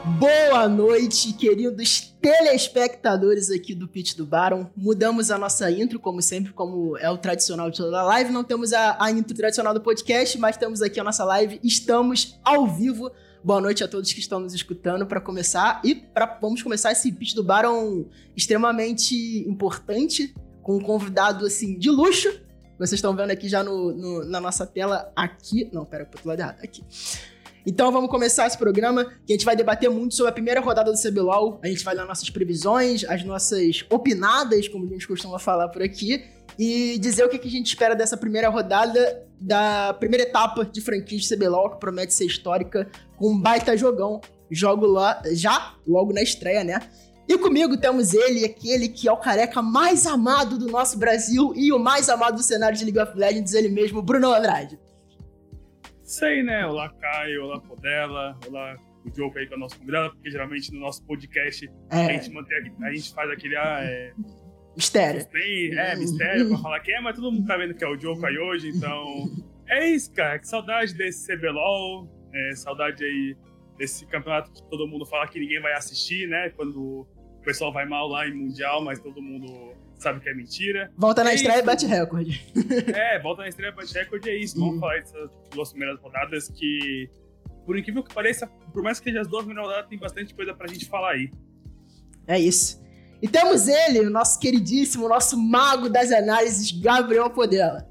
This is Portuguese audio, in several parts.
Boa noite, queridos telespectadores aqui do Pitch do Baron. Mudamos a nossa intro, como sempre, como é o tradicional de toda a live. Não temos a intro tradicional do podcast, mas temos aqui a nossa live. Estamos ao vivo. Boa noite a todos que estão nos escutando para começar. Vamos começar esse Pitch do Baron extremamente importante, com um convidado assim de luxo. Vocês estão vendo aqui já na nossa tela aqui. Não, pera, pro lado errado. Aqui. Então vamos começar esse programa, que a gente vai debater muito sobre a primeira rodada do CBLOL. A gente vai dar nossas previsões, as nossas opinadas, como a gente costuma falar por aqui, e dizer o que a gente espera dessa primeira rodada, da primeira etapa de franquia de CBLOL, que promete ser histórica, com um baita jogão. Jogo lá, já logo na estreia, né? E comigo temos ele, aquele que é o careca mais amado do nosso Brasil e o mais amado do cenário de League of Legends, ele mesmo, Bruno Andrade. Isso aí, né? Olá, Caio, olá, Podela, olá, o Diogo aí que é o nosso convidado, porque geralmente no nosso podcast a gente faz aquele... mistério. Mistério pra falar quem é, mas todo mundo tá vendo que é o Diogo aí hoje, então... É isso, cara, que saudade desse CBLOL, saudade aí desse campeonato que todo mundo fala que ninguém vai assistir, né? Quando o pessoal vai mal lá em Mundial, mas todo mundo sabe que é mentira. Volta na estreia e bate recorde. Volta na estreia e bate recorde, é isso. Vamos falar dessas duas primeiras rodadas que, por incrível que pareça, por mais que sejam as duas primeiras rodadas, tem bastante coisa pra gente falar aí. É isso. E temos ele, o nosso queridíssimo, nosso mago das análises, Gabriel Podela.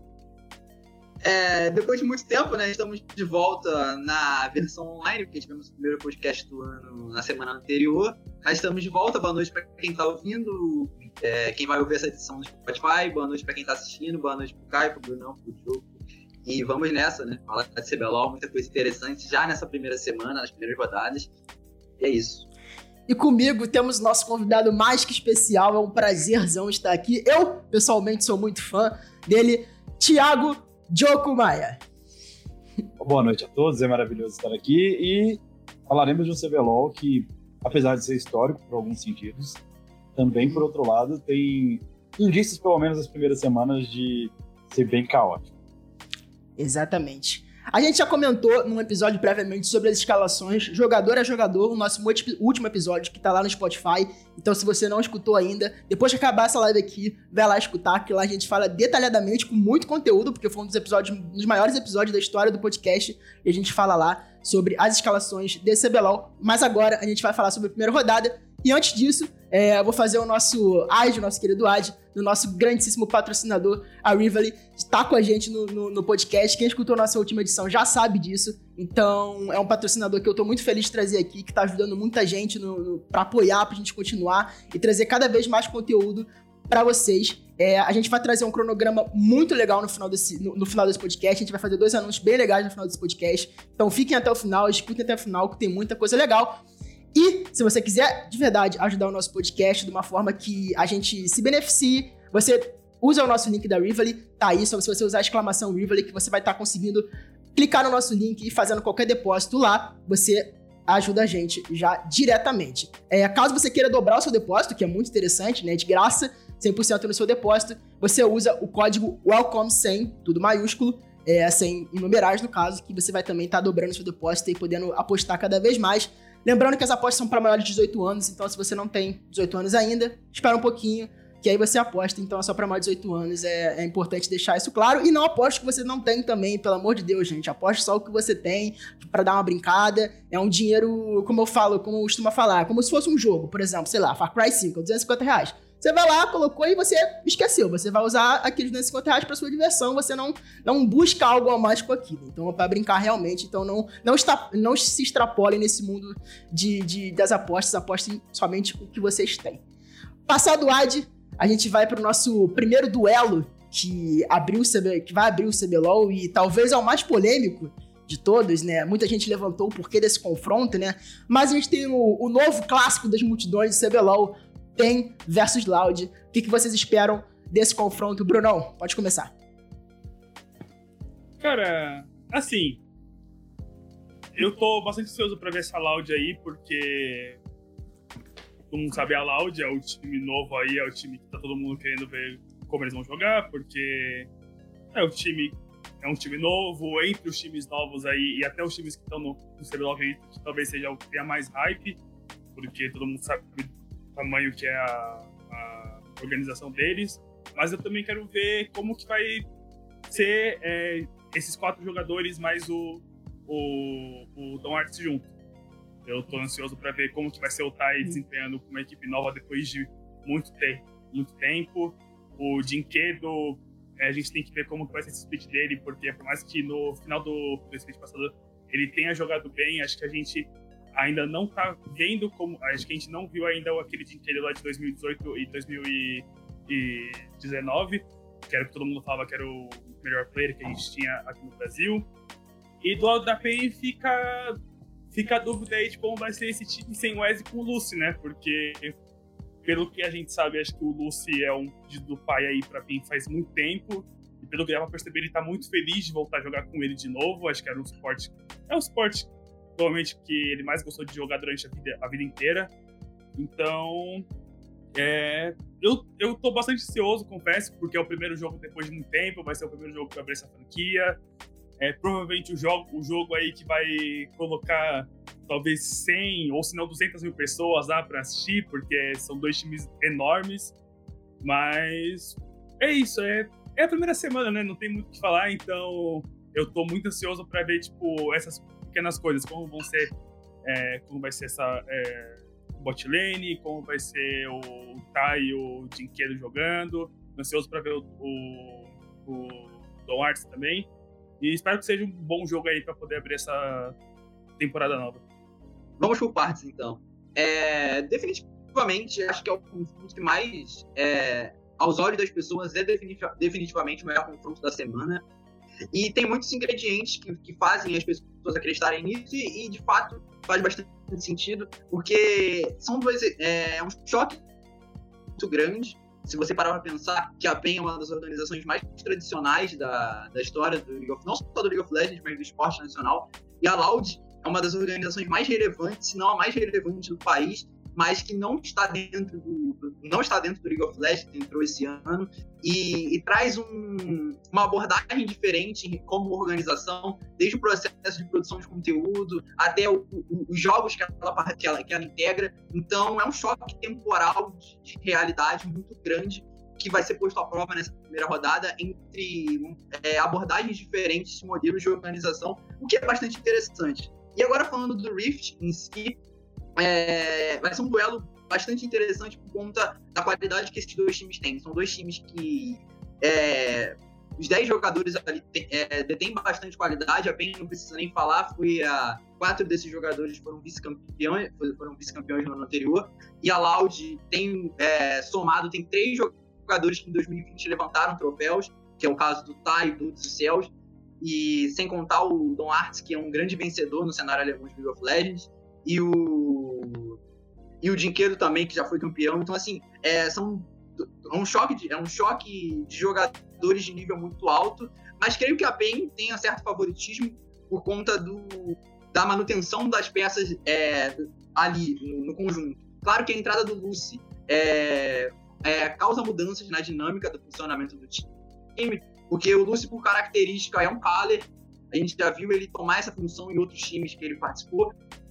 Depois de muito tempo, né, estamos de volta na versão online, porque tivemos o primeiro podcast do ano na semana anterior. Mas estamos de volta, boa noite para quem está ouvindo, quem vai ouvir essa edição no Spotify, boa noite para quem está assistindo, boa noite pro Caio, pro Brunão, pro Diogo. E vamos nessa, né, falar de CBLOL, muita coisa interessante já nessa primeira semana, nas primeiras rodadas. E é isso. E comigo temos nosso convidado mais que especial, é um prazerzão estar aqui. Eu, pessoalmente, sou muito fã dele, Thiago Diogo Maia. Boa noite a todos, é maravilhoso estar aqui e falaremos de um CBLOL que, apesar de ser histórico por alguns sentidos, também, por outro lado, tem indícios, pelo menos nas primeiras semanas, de ser bem caótico. Exatamente. A gente já comentou num episódio previamente sobre as escalações, jogador a jogador, o nosso último episódio que tá lá no Spotify. Então, se você não escutou ainda, depois de acabar essa live aqui, vai lá escutar, que lá a gente fala detalhadamente, com muito conteúdo, porque foi um dos maiores episódios da história do podcast, e a gente fala lá sobre as escalações de CBLOL. Mas agora a gente vai falar sobre a primeira rodada, e antes disso, eu vou fazer o nosso querido Ad, do nosso grandíssimo patrocinador, a Rivali, está com a gente no podcast. Quem escutou a nossa última edição já sabe disso. Então, é um patrocinador que eu tô muito feliz de trazer aqui, que tá ajudando muita gente pra apoiar, pra gente continuar e trazer cada vez mais conteúdo pra vocês. A gente vai trazer um cronograma muito legal no final desse podcast. A gente vai fazer 2 anúncios bem legais no final desse podcast. Então, fiquem até o final, escutem até o final, que tem muita coisa legal. E, se você quiser, de verdade, ajudar o nosso podcast de uma forma que a gente se beneficie, você usa o nosso link da Rivali, tá aí, só se você usar a exclamação Rivali, que você vai estar conseguindo clicar no nosso link e fazendo qualquer depósito lá, você ajuda a gente já diretamente. Caso você queira dobrar o seu depósito, que é muito interessante, né, de graça, 100% no seu depósito, você usa o código WELCOME100, tudo maiúsculo, 100 em numerais no caso, que você vai também estar dobrando o seu depósito e podendo apostar cada vez mais. Lembrando que as apostas são para maiores de 18 anos, então se você não tem 18 anos ainda, espera um pouquinho, que aí você aposta, então é só para mais de 18 anos, é importante deixar isso claro. E não aposte o que você não tem também, pelo amor de Deus, gente, aposte só o que você tem, para dar uma brincada, é um dinheiro, como eu costumo falar, como se fosse um jogo, por exemplo, sei lá, Far Cry 5, R$250. Você vai lá, colocou e você esqueceu. Você vai usar aqueles R$250 para sua diversão. Você não busca algo a mais com aquilo. Então é para brincar realmente. Então não se extrapolem nesse mundo das apostas. Apostem somente o que vocês têm. Passado o Ad, a gente vai para o nosso primeiro duelo que vai abrir o CBLOL e talvez é o mais polêmico de todos, né? Muita gente levantou o porquê desse confronto, né? Mas a gente tem o novo clássico das multidões de CBLOL, PEN versus Loud. O que vocês esperam desse confronto? Brunão, pode começar. Cara, assim, eu tô bastante ansioso pra ver essa Loud aí, porque todo mundo sabe, a Loud é o time novo aí, é o time que tá todo mundo querendo ver como eles vão jogar, porque é um time novo, entre os times novos aí, e até os times que estão no CBLOL, que talvez seja o que tenha mais hype. porque todo mundo sabe o tamanho que é a organização deles, mas eu também quero ver como que vai ser esses 4 jogadores mais o Don Arts junto. Eu tô ansioso para ver como que vai ser o Tai desempenhando com uma equipe nova depois de muito tempo. O Jinkedo, a gente tem que ver como que vai ser esse split dele, porque por mais que no final do split passado ele tenha jogado bem, acho que a gente ainda não tá vendo como... Acho que a gente não viu ainda aquele Jinkedo lá de 2018 e 2019, que era o que todo mundo falava que era o melhor player que a gente tinha aqui no Brasil. E do lado da PEN fica a dúvida aí de como vai ser esse time sem o Wes e com o Lucy, né? Porque, pelo que a gente sabe, acho que o Lucy é um pedido do pai aí pra PEN faz muito tempo. E pelo que dá pra perceber, ele tá muito feliz de voltar a jogar com ele de novo. Acho que era um esporte... É um esporte, provavelmente, que ele mais gostou de jogar durante a vida inteira. Então... Eu tô bastante ansioso, confesso, porque é o primeiro jogo depois de muito tempo, vai ser o primeiro jogo que vai abrir essa franquia. Provavelmente o jogo aí que vai colocar talvez 100 ou se não 200 mil pessoas lá pra assistir, porque são 2 times enormes. Mas é isso, é a primeira semana, né? Não tem muito o que falar, então eu tô muito ansioso pra ver, tipo, essas pequenas coisas, como vai ser essa bot lane, como vai ser o Tai e o Jinkedo jogando. Ansioso pra ver o Don Arts também. E espero que seja um bom jogo aí pra poder abrir essa temporada nova. Vamos por partes, então. Definitivamente, acho que é o confronto que mais, aos olhos das pessoas, é definitivamente o melhor confronto da semana. E tem muitos ingredientes que fazem as pessoas acreditarem nisso e de fato, faz bastante sentido, porque são um choque muito grande. Se você parar para pensar que a PEN é uma das organizações mais tradicionais da história do League of, não só do League of Legends, mas do esporte nacional, e a Loud é uma das organizações mais relevantes, se não a mais relevante do país, mas que não está dentro do League of Legends, entrou esse ano, e traz uma abordagem diferente como organização, desde o processo de produção de conteúdo até os jogos que ela integra. Então é um choque temporal de realidade muito grande que vai ser posto à prova nessa primeira rodada entre abordagens diferentes de modelos de organização, o que é bastante interessante. E agora falando do Rift em si, vai ser um duelo bastante interessante por conta da qualidade que esses 2 times têm. São 2 times que os 10 jogadores ali detêm bastante qualidade, a PEN não precisa nem falar, 4 desses jogadores foram vice-campeões no ano anterior, e a Loud tem 3 jogadores que em 2020 levantaram troféus, que é o caso do Tai, do Céus, e sem contar o Don Arts, que é um grande vencedor no cenário alemão de League of Legends, e o Jinkedo também, que já foi campeão. Então, assim, é um choque de jogadores de nível muito alto, mas creio que a PEN tenha certo favoritismo por conta da manutenção das peças ali no conjunto. Claro que a entrada do Lucy causa mudanças na dinâmica do funcionamento do time, porque o Lucy, por característica, é um caller. A gente já viu ele tomar essa função em outros times que ele participou,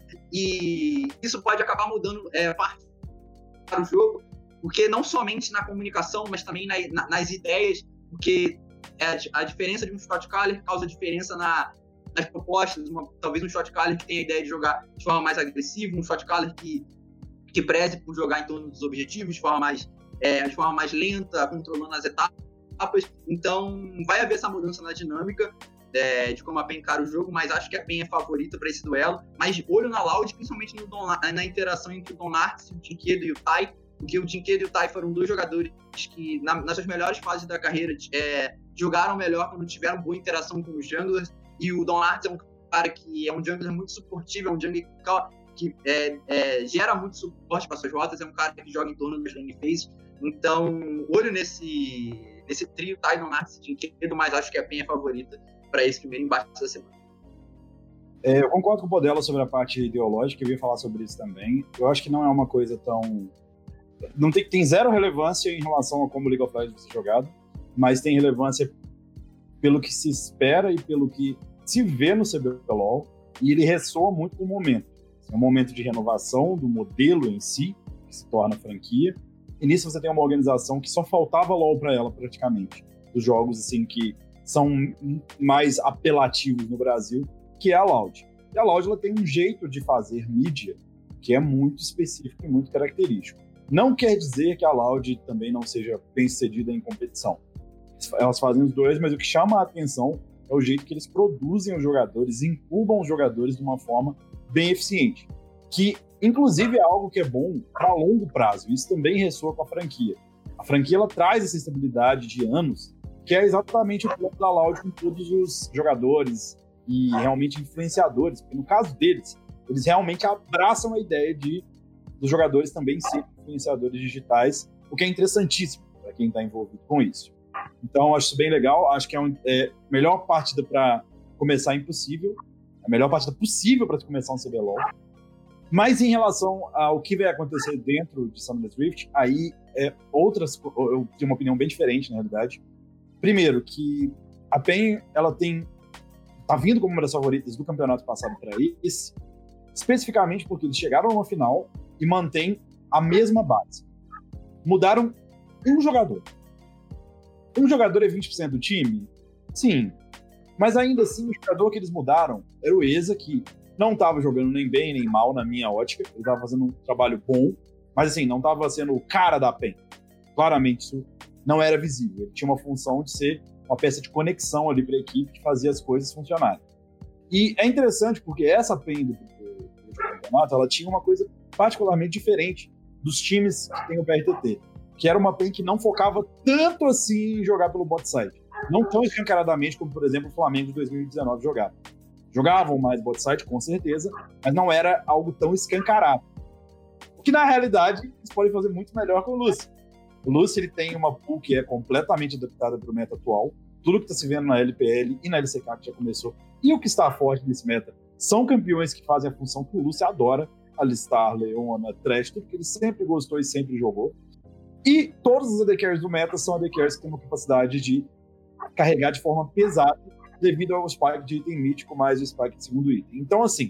e isso pode acabar mudando parte para o jogo, porque não somente na comunicação, mas também nas ideias, porque a diferença de um shot caller causa diferença nas propostas. Talvez um shot caller que tenha a ideia de jogar de forma mais agressiva, um shot caller que preze por jogar em torno dos objetivos de forma mais lenta, controlando as etapas. Então vai haver essa mudança na dinâmica de como a PEN encara o jogo, mas acho que a PEN é favorita para esse duelo. Mas olho na Loud, principalmente na interação entre o Don Arts, o Jinkedo e o Tai, porque o Jinkedo e o Tai foram 2 jogadores que, nas suas melhores fases da carreira, jogaram melhor quando tiveram boa interação com os junglers, e o Don Arts é um cara que é um jungler muito suportivo, é um jungler que gera muito suporte para suas rotas, é um cara que joga em torno das lane phases. Então, olho nesse trio Tai, Don Arts e Jinkedo, mas acho que a PEN é favorita para esse primeiro embate da semana. Eu concordo com o Podela sobre a parte ideológica, eu ia falar sobre isso também. Eu acho que não é uma coisa tão... tem zero relevância em relação a como o League of Legends vai ser jogado, mas tem relevância pelo que se espera e pelo que se vê no CBLOL, e ele ressoa muito com o momento. É um momento de renovação do modelo em si, que se torna franquia. E nisso você tem uma organização que só faltava LoL para ela, praticamente. Dos jogos assim, que são mais apelativos no Brasil, que é a Loud. E a Loud ela tem um jeito de fazer mídia que é muito específico e muito característico. Não quer dizer que a Loud também não seja bem-sucedida em competição. Elas fazem os dois, mas o que chama a atenção é o jeito que eles produzem os jogadores, incubam os jogadores de uma forma bem eficiente. Que, inclusive, é algo que é bom para longo prazo. Isso também ressoa com a franquia. A franquia ela traz essa estabilidade de anos, que é exatamente o plano da Loud com todos os jogadores e realmente influenciadores. Porque no caso deles, eles realmente abraçam a ideia dos jogadores também serem influenciadores digitais, o que é interessantíssimo para quem está envolvido com isso. Então, acho isso bem legal. Acho que é a melhor partida para começar impossível. A melhor partida possível para começar um CBLOL. Mas em relação ao que vai acontecer dentro de Summoners Rift, aí eu tenho uma opinião bem diferente, na realidade. Primeiro, que a PEN, ela tá vindo como uma das favoritas do campeonato passado para esse, especificamente porque eles chegaram numa final e mantêm a mesma base. Mudaram um jogador. Um jogador é 20% do time? Sim. Mas ainda assim, o jogador que eles mudaram era o Eza, que não estava jogando nem bem nem mal na minha ótica. Ele estava fazendo um trabalho bom, mas assim, não estava sendo o cara da PEN. Claramente isso não era visível. Ele tinha uma função de ser uma peça de conexão ali para a equipe que fazia as coisas funcionarem. E é interessante porque essa PEN do campeonato, ela tinha uma coisa particularmente diferente dos times que tem o PRTT, que era uma PEN que não focava tanto assim em jogar pelo bot side. Não tão escancaradamente como, por exemplo, o Flamengo de 2019 jogava. Jogavam mais bot side, com certeza, mas não era algo tão escancarado. O que, na realidade, eles podem fazer muito melhor com o Lúcio. O Lúcio ele tem uma pool que é completamente adaptada para o meta atual. Tudo que está se vendo na LPL e na LCK que já começou, e o que está forte nesse meta, são campeões que fazem a função que o Lúcio adora, Alistar, Leona, Thresh, tudo que ele sempre gostou e sempre jogou. E todos os AD Carries do meta são AD Carries que têm uma capacidade de carregar de forma pesada devido ao spike de item mítico mais o spike de segundo item. Então, assim,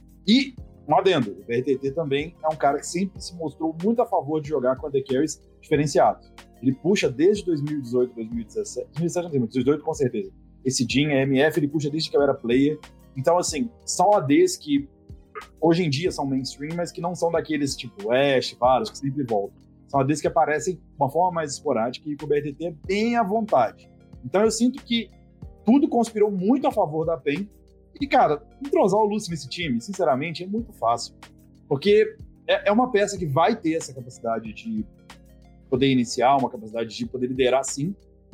e um adendo, o BRTT também é um cara que sempre se mostrou muito a favor de jogar com AD Carries diferenciados. Ele puxa desde 2018, 2017, 2018 com certeza. Esse Jhin, MF, ele puxa desde que eu era player. Então, assim, são ADs que hoje em dia são mainstream, mas que não são daqueles tipo Ashe, Varus, que sempre voltam. São ADs que aparecem de uma forma mais esporádica e com o BRTT é bem à vontade. Então eu sinto que tudo conspirou muito a favor da PEN. E, cara, entrosar o Lúcio nesse time, sinceramente, é muito fácil. Porque é uma peça que vai ter essa capacidade de poder iniciar, uma capacidade de poder liderar, sim.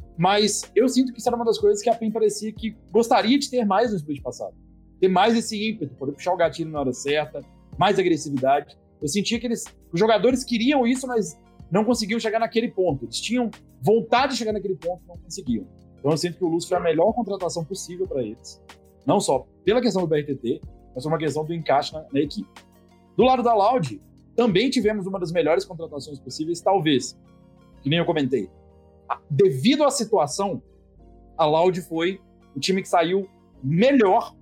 Mas eu sinto que isso era uma das coisas que a PEN parecia que gostaria de ter mais no split passado. Ter mais esse ímpeto, poder puxar o gatilho na hora certa, mais agressividade. Eu sentia que os jogadores queriam isso, mas não conseguiam chegar naquele ponto. Eles tinham vontade de chegar naquele ponto, não conseguiam. Então eu sinto que o Lúcio foi a melhor contratação possível para eles. Não só pela questão do BRTT, mas por uma questão do encaixe na equipe. Do lado da Loud, também tivemos uma das melhores contratações possíveis, talvez, que nem eu comentei. Devido à situação, a Loud foi o time que saiu melhor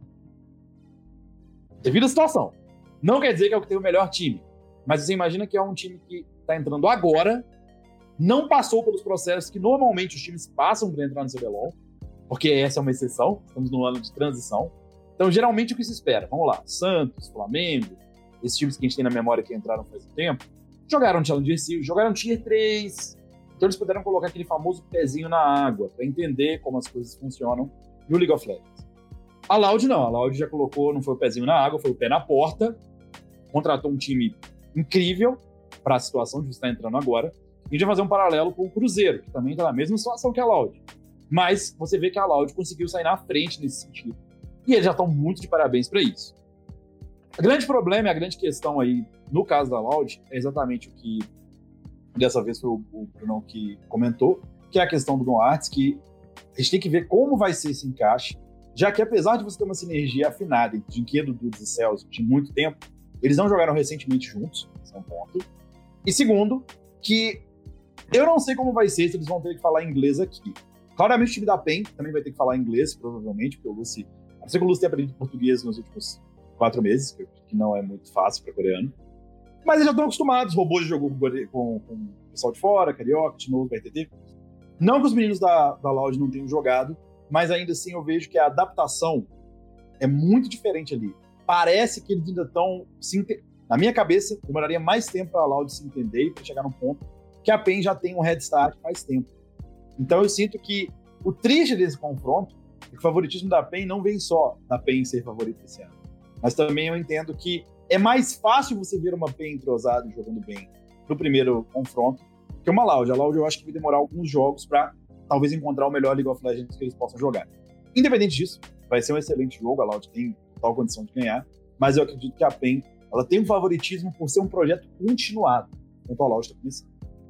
devido à situação. Não quer dizer que é o que tem o melhor time, mas você imagina que é um time que está entrando agora, não passou pelos processos que normalmente os times passam para entrar no CBLOL, porque essa é uma exceção, estamos num ano de transição. Então, geralmente, o que se espera? Vamos lá, Santos, Flamengo, esses times que a gente tem na memória que entraram faz um tempo, jogaram Challenger Series, jogaram Tier 3, então eles puderam colocar aquele famoso pezinho na água para entender como as coisas funcionam no League of Legends. A Loud não, a Loud já colocou, não foi o pezinho na água, foi o pé na porta, contratou um time incrível para a situação de você estar entrando agora, e a gente vai fazer um paralelo com o Cruzeiro, que também está na mesma situação que a Loud. Mas você vê que a Loud conseguiu sair na frente nesse sentido. E eles já estão muito de parabéns para isso. O grande problema e a grande questão aí, no caso da Loud, é exatamente o que dessa vez foi o Bruno que comentou, que é a questão do Noarts, que a gente tem que ver como vai ser esse encaixe, já que apesar de você ter uma sinergia afinada entre Dinquedo, Dudes e Celso de muito tempo, eles não jogaram recentemente juntos, esse é um ponto. E segundo, que eu não sei como vai ser se eles vão ter que falar inglês aqui. Claramente o time da PEN também vai ter que falar inglês, provavelmente, porque o Lúcio, a não ser que o Lúcio tenha aprendido português nos últimos 4 meses, que não é muito fácil para coreano. Mas eles já estão acostumados, robôs de jogo com o pessoal de fora, Carioca, de novo, BRTT. Não que os meninos da Loud não tenham jogado, mas ainda assim eu vejo que a adaptação é muito diferente ali. Parece que eles ainda estão... Na minha cabeça, demoraria mais tempo para a Loud se entender e para chegar num ponto que a PEN já tem um head start faz tempo. Então eu sinto que o triste desse confronto é que o favoritismo da PEN não vem só da PEN ser favorita esse ano. Mas também eu entendo que é mais fácil você ver uma PEN entrosada e jogando bem no primeiro confronto que uma Loud. A Loud eu acho que vai demorar alguns jogos para talvez encontrar o melhor League of Legends que eles possam jogar. Independente disso, vai ser um excelente jogo, a Loud tem total condição de ganhar, mas eu acredito que a PEN ela tem um favoritismo por ser um projeto continuado, enquanto a Loud está começando.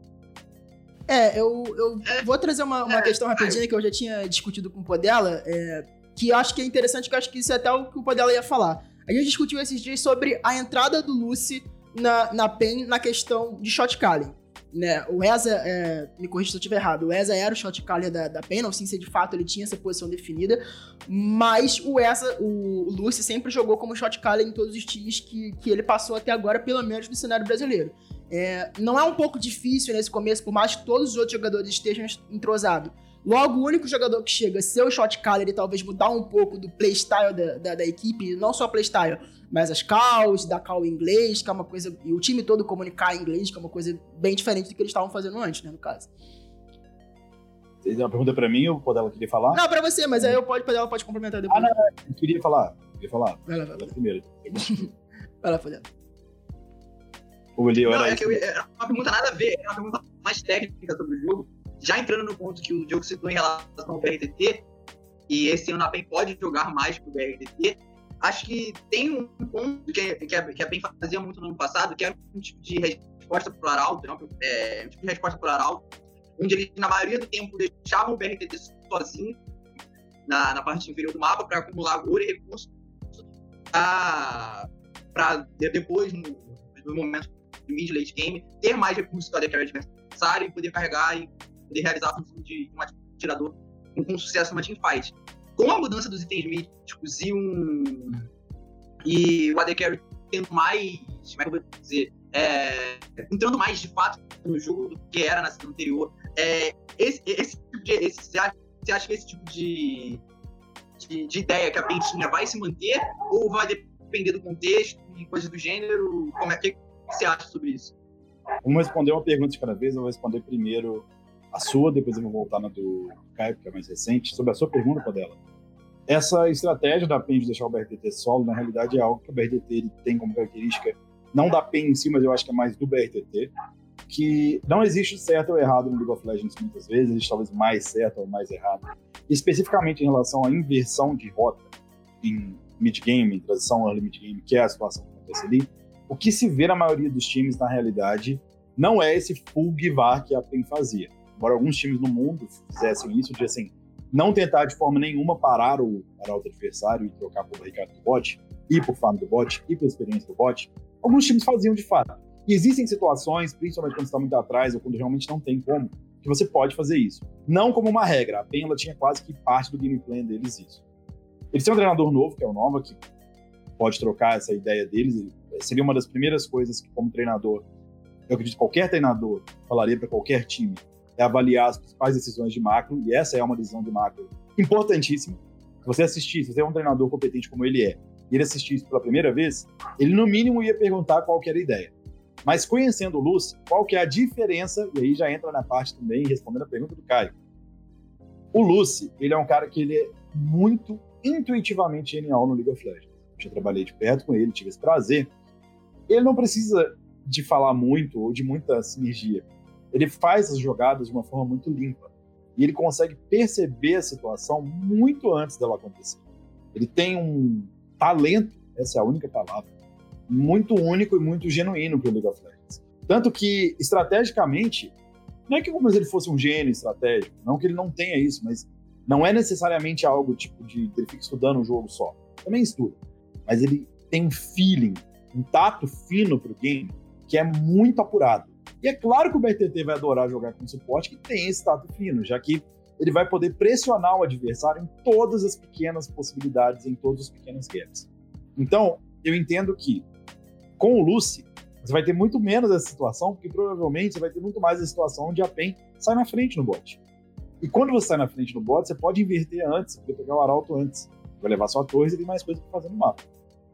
Eu vou trazer uma questão rapidinha que eu já tinha discutido com o Podela, que eu acho que é interessante, que eu acho que isso é até o que o Podela ia falar. A gente discutiu esses dias sobre a entrada do Lucy na PEN na questão de shot calling. Né? O Eza, me corrija se eu estiver errado, o Eza era o shot caller da PEN, não sei se de fato ele tinha essa posição definida, mas o Lucy sempre jogou como shot caller em todos os times que ele passou até agora, pelo menos no cenário brasileiro. Não é um pouco difícil nesse começo, por mais que todos os outros jogadores estejam entrosados. Logo, o único jogador que chega a ser o shot caller e talvez mudar um pouco do playstyle da equipe, não só playstyle, mas as calls, da call em inglês, que é uma coisa, e o time todo comunicar em inglês, que é uma coisa bem diferente do que eles estavam fazendo antes, né, no caso. Você tem uma pergunta pra mim ou o Podela queria falar? Não, pra você, mas aí o Podela pode complementar depois. Não, eu queria falar. Vai lá. Primeiro. Vai lá, Podela. Era uma pergunta nada a ver, era uma pergunta mais técnica sobre o jogo. Já entrando no ponto que o Diogo citou em relação ao BRTT, e esse ano a PEN pode jogar mais pro BRTT, acho que tem um ponto que a PEN fazia muito no ano passado, que era um tipo de resposta por arauto, um tipo de resposta por arauto, onde eles, na maioria do tempo, deixavam o BRTT sozinho na parte inferior do mapa para acumular ouro e recursos para depois, no momento do mid-late game, ter mais recursos para decar o adversário e poder carregar e poder realizar a função de um atirador com sucesso numa teamfight. Com a mudança dos itens míticos e o AD Carry tendo mais, como é que eu vou dizer, entrando mais de fato no jogo do que era na season anterior, você acha que esse tipo de ideia que a PEN tinha vai se manter ou vai depender do contexto e coisas do gênero? Como é que você acha sobre isso? Vamos responder uma pergunta de cada vez. Eu vou responder primeiro a sua, depois eu vou voltar na do Caio, que é mais recente. Sobre a sua pergunta, Podela. Essa estratégia da PEN de deixar o BRTT solo, na realidade, é algo que o BRTT ele tem como característica, não da PEN em si, mas eu acho que é mais do BRTT, que não existe certo ou errado no League of Legends muitas vezes, existe talvez mais certo ou mais errado. Especificamente em relação à inversão de rota em mid-game, em transição early mid-game, que é a situação que acontece ali, o que se vê na maioria dos times, na realidade, não é esse full give-up que a PEN fazia. Embora alguns times no mundo fizessem isso, de assim, não tentar de forma nenhuma parar o adversário e trocar por barricada do bot, e por farm do bot, e por experiência do bot, alguns times faziam de fato. E existem situações, principalmente quando você está muito atrás ou quando realmente não tem como, que você pode fazer isso. Não como uma regra, a PEN ela tinha quase que parte do game plan deles isso. Eles têm um treinador novo, que é o Nova, que pode trocar essa ideia deles. Seria uma das primeiras coisas que, como treinador, eu acredito que qualquer treinador falaria para qualquer time, é avaliar as principais decisões de macro, e essa é uma decisão de macro importantíssima. Se você assistir, se você é um treinador competente como ele é, e ele assistir isso pela primeira vez, ele no mínimo ia perguntar qual que era a ideia. Mas conhecendo o Lucy, qual que é a diferença, e aí já entra na parte também, respondendo a pergunta do Caio. O Lucy, ele é um cara que ele é muito intuitivamente genial no League of Legends. Eu já trabalhei de perto com ele, tive esse prazer. Ele não precisa de falar muito ou de muita sinergia. Ele faz as jogadas de uma forma muito limpa. E ele consegue perceber a situação muito antes dela acontecer. Ele tem um talento, essa é a única palavra, muito único e muito genuíno para o League of Legends. Tanto que, estrategicamente, não é que como se ele fosse um gênio estratégico, não que ele não tenha isso, mas não é necessariamente algo tipo de ele fica estudando um jogo só. Também estuda. Mas ele tem um feeling, um tato fino pro game, que é muito apurado. E é claro que o BRTT vai adorar jogar com suporte que tem esse tato fino, já que ele vai poder pressionar o adversário em todas as pequenas possibilidades, em todos os pequenos gaps. Então, eu entendo que com o Lucy, você vai ter muito menos essa situação, porque provavelmente você vai ter muito mais a situação onde a PEN sai na frente no bot. E quando você sai na frente no bot, você pode inverter antes, você pode pegar o arauto antes. Vai levar sua torre e tem mais coisa pra fazer no mapa.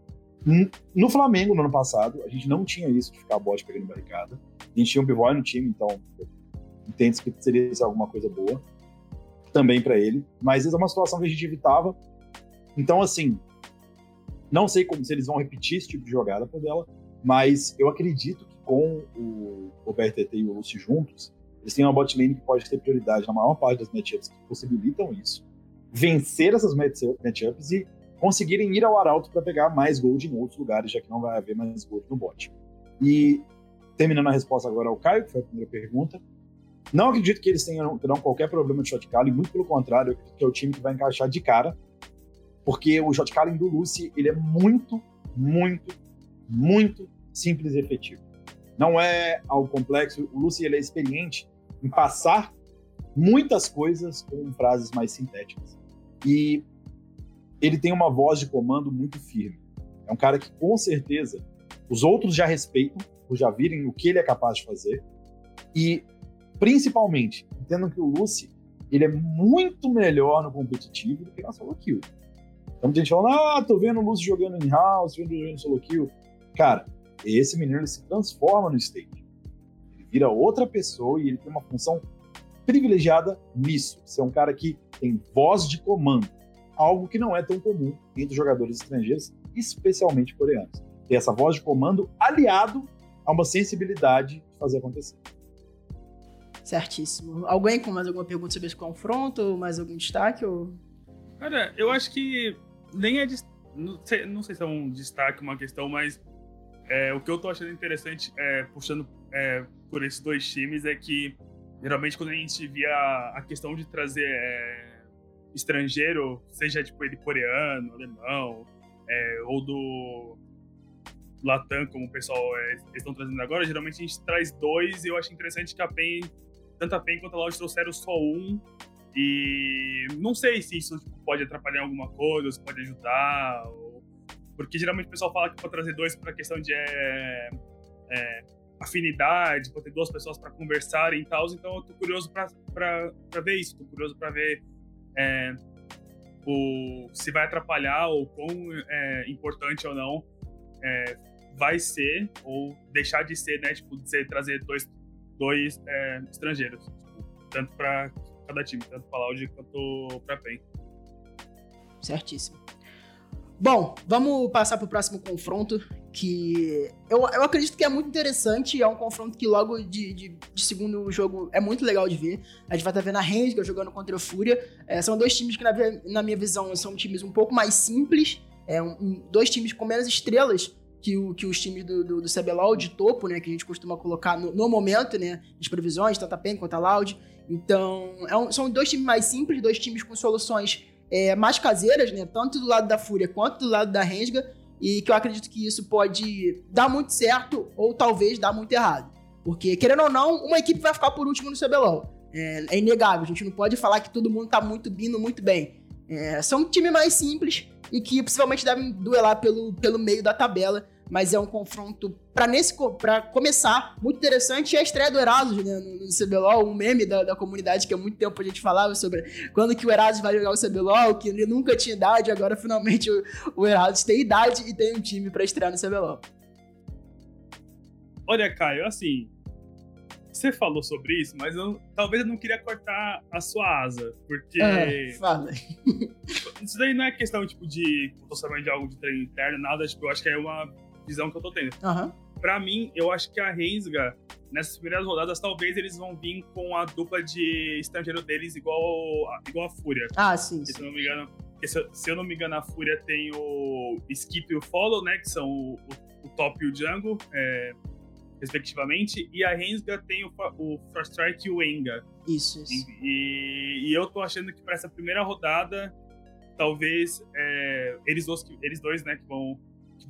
No Flamengo, no ano passado, a gente não tinha isso de ficar bot pegando barricada. A gente tinha um pivô no time, então entende que seria alguma coisa boa também pra ele. Mas essa é uma situação que a gente evitava. Então, assim, não sei se eles vão repetir esse tipo de jogada por dela, mas eu acredito que com o BRTT e o Lucy juntos, eles têm uma bot lane que pode ter prioridade na maior parte das matchups que possibilitam isso. Vencer essas matchups e conseguirem ir ao arauto para pegar mais gold em outros lugares, já que não vai haver mais gold no bot. E, terminando a resposta agora ao Caio, que foi a primeira pergunta, não acredito que eles terão qualquer problema de shot calling, muito pelo contrário, eu acredito que é o time que vai encaixar de cara, porque o shot calling do Lucy, ele é muito, muito, muito simples e efetivo. Não é algo complexo, o Lucy ele é experiente em passar muitas coisas com frases mais sintéticas. E ele tem uma voz de comando muito firme. É um cara que, com certeza, os outros já respeitam, por já virem o que ele é capaz de fazer. E, principalmente, entendam que o Lucy, ele é muito melhor no competitivo do que na solo kill. Então, tem gente falando, tô vendo o Lucy jogando em house, vendo ele jogando solo kill. Cara, esse menino ele se transforma no stage. Ele vira outra pessoa e ele tem uma função privilegiada nisso. Ser um cara que tem voz de comando. Algo que não é tão comum entre jogadores estrangeiros, especialmente coreanos. Ter essa voz de comando aliado a uma sensibilidade de fazer acontecer. Certíssimo. Alguém com mais alguma pergunta sobre esse confronto? Mais algum destaque? Ou... Cara, eu acho que nem é... Não sei se é um destaque, uma questão, mas o que eu tô achando interessante, puxando por esses dois times, é que geralmente quando a gente via a questão de trazer estrangeiro, seja tipo ele coreano, alemão, ou do Latam, como o pessoal estão trazendo agora, geralmente a gente traz dois, e eu acho interessante que tanto a PEN quanto a Loud trouxeram só um, e não sei se isso pode atrapalhar alguma coisa, ou se pode ajudar, porque geralmente o pessoal fala que pode trazer dois para questão de afinidade, pode ter duas pessoas para conversarem e tal, então eu tô curioso para ver isso, tô curioso para ver se vai atrapalhar ou quão importante ou não vai ser, ou deixar de ser, né, tipo, de trazer dois estrangeiros, tipo, tanto para cada time, tanto para Loud quanto para PEN. Certíssimo. Bom, vamos passar para o próximo confronto, que eu acredito que é muito interessante, é um confronto que logo de segundo jogo é muito legal de ver. A gente vai estar vendo a Rensga jogando contra a Fúria. São dois times que, na minha visão, são times um pouco mais simples, dois times com menos estrelas que os times do CBLOL de topo, né, que a gente costuma colocar no momento, né, nas previsões, tanto a PEN quanto a Loud. Então, são dois times mais simples, dois times com soluções mais caseiras, né, tanto do lado da Fúria quanto do lado da Rensga, e que eu acredito que isso pode dar muito certo ou talvez dar muito errado. Porque, querendo ou não, uma equipe vai ficar por último no CBLOL. É inegável, a gente não pode falar que todo mundo tá indo muito bem. São um time mais simples e que possivelmente devem duelar pelo meio da tabela, mas é um confronto pra começar muito interessante. E a estreia do Erasus, né, no CBLOL, um meme da comunidade que há muito tempo a gente falava sobre quando que o Erasus vai jogar o CBLOL, que ele nunca tinha idade, agora finalmente o Erasus tem idade e tem um time pra estrear no CBLOL. Olha, Caio, assim, você falou sobre isso, mas talvez eu não queria cortar a sua asa, porque... Fala. Isso daí não é questão, tipo, de posicionamento de algo de treino interno, nada, tipo, eu acho que é uma visão que eu tô tendo. Pra mim, eu acho que a Rensga, nessas primeiras rodadas, talvez eles vão vir com a dupla de estrangeiro deles igual a Fúria. Sim. Se eu não me engano, a Fúria tem o Skip e o Follow, né, que são o top e o jungle, respectivamente, e a Rensga tem o Frost Strike e o Enga. Isso. E eu tô achando que pra essa primeira rodada, talvez eles dois, né, que vão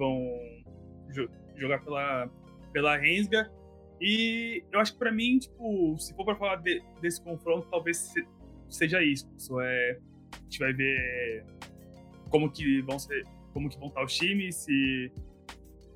jogar pela Rensga. E eu acho que pra mim, tipo, se for pra falar desse confronto, talvez seja isso. A gente vai ver como que vão estar os times, se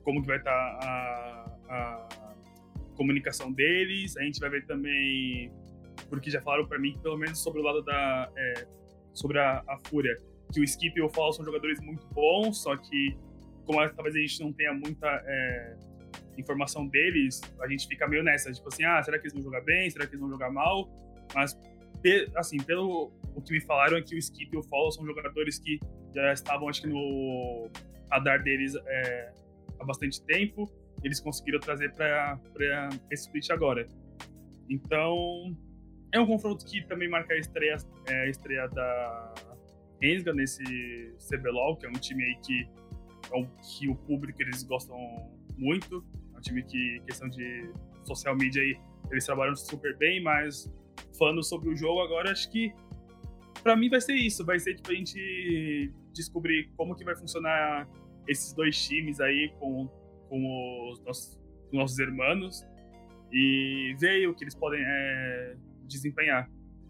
como que vai estar a comunicação deles. A gente vai ver também, porque já falaram para mim, pelo menos sobre o lado sobre a Fúria, que o Skip e o Fall são jogadores muito bons, só que como talvez a gente não tenha muita informação deles, a gente fica meio nessa, tipo assim, será que eles vão jogar bem? Será que eles vão jogar mal? Mas, assim, pelo o que me falaram é que o Skip e o Fall são jogadores que já estavam, acho que no radar deles há bastante tempo. Eles conseguiram trazer para esse split agora. Então, é um confronto que também marca a estreia da Rensga nesse CBLOL, que é um time aí que o público eles gostam muito. É um time que, questão de social media aí, eles trabalham super bem, mas falando sobre o jogo agora, acho que pra mim vai ser isso. Vai ser tipo a gente descobrir como que vai funcionar esses dois times aí com os nossos irmãos e ver o que eles podem desempenhar.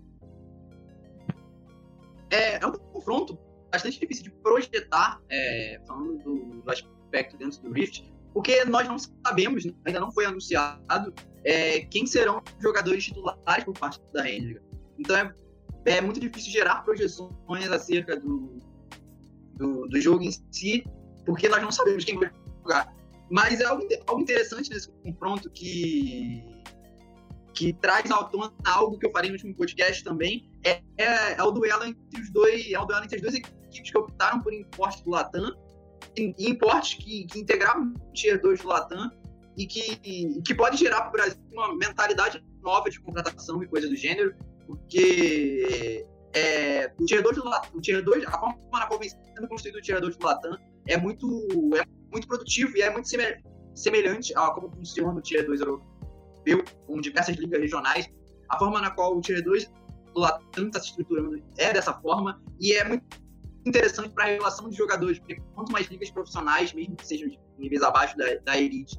É um confronto bastante difícil de projetar, falando do aspecto dentro do Rift, porque nós não sabemos, ainda não foi anunciado quem serão os jogadores titulares por parte da Rensga. Então é muito difícil gerar projeções acerca do jogo em si, porque nós não sabemos quem vai jogar. Mas é algo interessante nesse confronto que traz à tona algo que eu falei no último podcast também, é o duelo entre os dois, duas equipes que optaram por importes do Latam, importes que integravam o Tier 2 do Latam e que pode gerar para o Brasil uma mentalidade nova de contratação e coisa do gênero, porque o Tier 2 do Latam, a forma na qual vem sendo construído o Tier 2 do Latam é muito produtivo e é muito semelhante a como funciona o Tier 2 europeu, com diversas ligas regionais. A forma na qual o Tier 2 do Latam está se estruturando é dessa forma, e é muito interessante para a relação de jogadores, porque quanto mais ligas profissionais, mesmo que sejam de níveis abaixo da elite,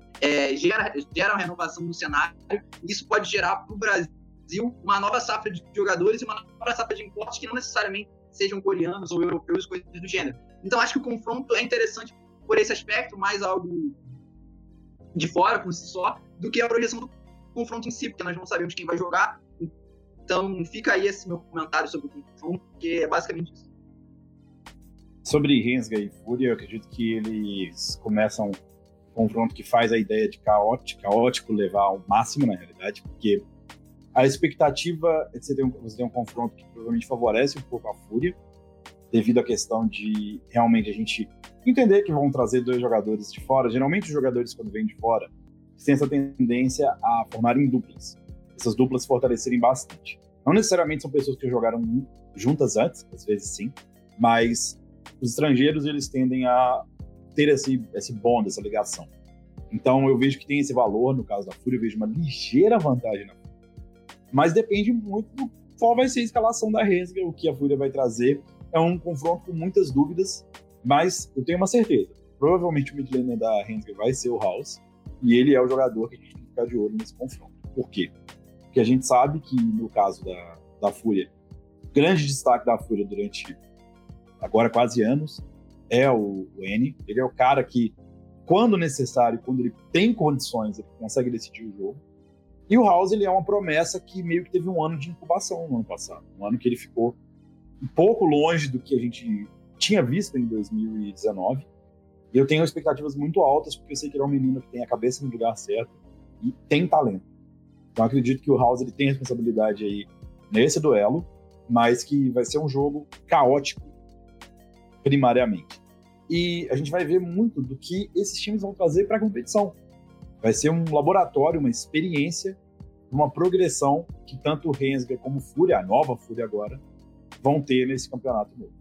gera uma renovação no cenário, e isso pode gerar para o Brasil uma nova safra de jogadores e uma nova safra de importes que não necessariamente sejam coreanos ou europeus, coisas do gênero. Então acho que o confronto é interessante por esse aspecto, mais algo de fora por si só, do que a projeção do confronto em si, porque nós não sabemos quem vai jogar. Então fica aí esse meu comentário sobre o confronto, que é basicamente isso. Sobre Rensga e Fúria, eu acredito que eles começam um confronto que faz a ideia de caótico levar ao máximo, na realidade, porque a expectativa é de você ter um confronto que provavelmente favorece um pouco a Fúria, devido à questão de realmente a gente entender que vão trazer dois jogadores de fora. Geralmente os jogadores, quando vêm de fora, têm essa tendência a formarem duplas. Essas duplas se fortalecerem bastante. Não necessariamente são pessoas que jogaram juntas antes, às vezes sim, mas os estrangeiros eles tendem a ter esse bond, essa ligação. Então eu vejo que tem esse valor. No caso da Fúria, eu vejo uma ligeira vantagem na Fúria. Mas depende muito do qual vai ser a escalação da Rensga, o que a Fúria vai trazer. É um confronto com muitas dúvidas, mas eu tenho uma certeza. Provavelmente o mid laner da Rensga vai ser o House, e ele é o jogador que a gente tem que ficar de olho nesse confronto. Por quê? Porque a gente sabe que, no caso da Fúria, o grande destaque da Fúria durante agora quase anos é o N. Ele é o cara que, quando necessário, quando ele tem condições, ele consegue decidir o jogo. E o House, ele é uma promessa que meio que teve um ano de incubação no ano passado. Um ano que ele ficou um pouco longe do que a gente tinha visto em 2019. E eu tenho expectativas muito altas, porque eu sei que ele é um menino que tem a cabeça no lugar certo e tem talento. Então eu acredito que o House ele tem responsabilidade aí nesse duelo, mas que vai ser um jogo caótico, primariamente. E a gente vai ver muito do que esses times vão trazer para a competição. Vai ser um laboratório, uma experiência, uma progressão que tanto o Rensga como Fúria, a nova Fúria agora, vão ter nesse campeonato novo.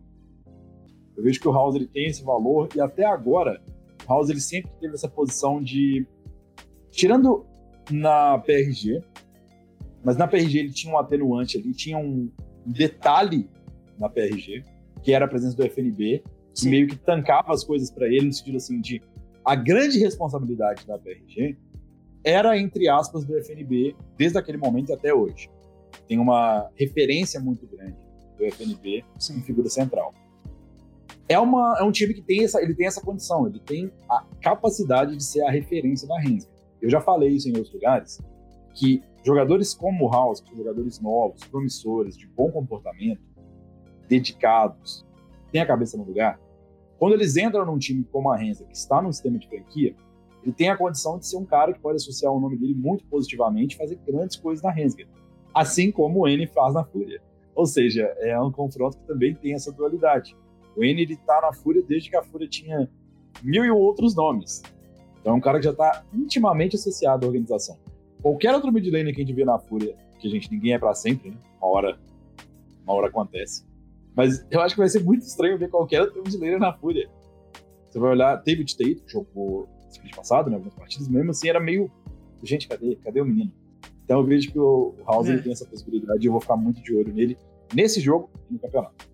Eu vejo que o House ele tem esse valor, e até agora o House ele sempre teve essa posição de, tirando na PRG, mas na PRG ele tinha um atenuante ali, tinha um detalhe na PRG, que era a presença do FNB, que meio que tancava as coisas para ele, no sentido assim de a grande responsabilidade da PRG era, entre aspas, do FNB desde aquele momento até hoje. Tem uma referência muito grande do FNB em figura central. É um time que tem essa condição, ele tem capacidade de ser a referência da Rensga. Eu já falei isso em outros lugares, que jogadores como o House, que são jogadores novos, promissores, de bom comportamento, dedicados, têm a cabeça no lugar, quando eles entram num time como a Rensga, que está num sistema de franquia, ele tem a condição de ser um cara que pode associar o nome dele muito positivamente e fazer grandes coisas na Rensga, assim como o N faz na Fúria. Ou seja, é um confronto que também tem essa dualidade. O N está na Fúria desde que a Fúria tinha 1000 outros nomes. Então é um cara que já está intimamente associado à organização. Qualquer outro mid laner que a gente vê na Fúria, que ninguém é pra sempre, né? Uma hora acontece. Mas eu acho que vai ser muito estranho ver qualquer outro mid laner na Fúria. Você vai olhar, teve o Tate, que jogou split passado, né? Algumas partidas, mesmo assim era meio... Gente, cadê o menino? Então eu vejo que o House ele tem essa possibilidade e eu vou ficar muito de olho nele, nesse jogo e no campeonato.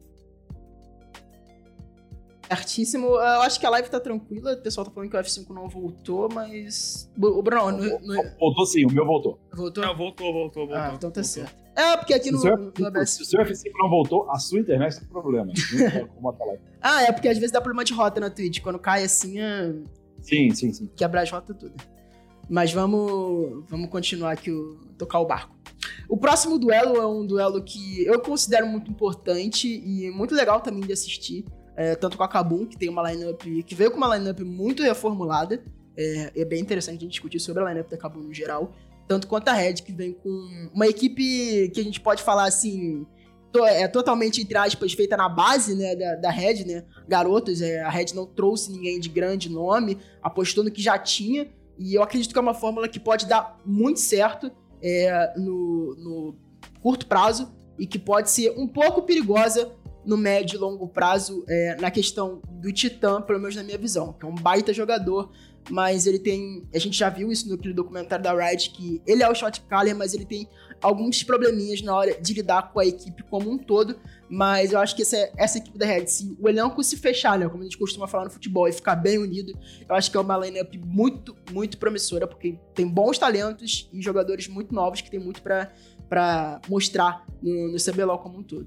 Certíssimo. Eu acho que a live tá tranquila. O pessoal tá falando que o F5 não voltou, mas... O Bruno... Voltou sim, o meu voltou. Voltou? Não, voltou. Ah, então tá certo. É, porque aqui se no ABS... Se o seu F5 não voltou, a sua internet tem problema. É porque às vezes dá problema de rota na Twitch. Quando cai assim, Sim. quebra as rotas tudo. Mas vamos continuar aqui, tocar o barco. O próximo duelo é um duelo que eu considero muito importante e muito legal também de assistir. Tanto com a Kabum, que tem uma lineup que veio com uma lineup muito reformulada. É bem interessante a gente discutir sobre a lineup da Kabum no geral. Tanto quanto a Red, que vem com uma equipe que a gente pode falar assim, totalmente, entre aspas, feita na base, né, da Red, né? Garotos, a Red não trouxe ninguém de grande nome, apostou no que já tinha. E eu acredito que é uma fórmula que pode dar muito certo no curto prazo e que pode ser um pouco perigosa no médio e longo prazo, na questão do Titã, pelo menos na minha visão, que é um baita jogador, mas ele tem... A gente já viu isso naquele documentário da Riot, que ele é o shot caller, mas ele tem alguns probleminhas na hora de lidar com a equipe como um todo, mas eu acho que essa equipe da Red, se o elenco se fechar, né, como a gente costuma falar no futebol, e ficar bem unido, eu acho que é uma lineup muito, muito promissora, porque tem bons talentos e jogadores muito novos que tem muito pra mostrar no CBLOL como um todo.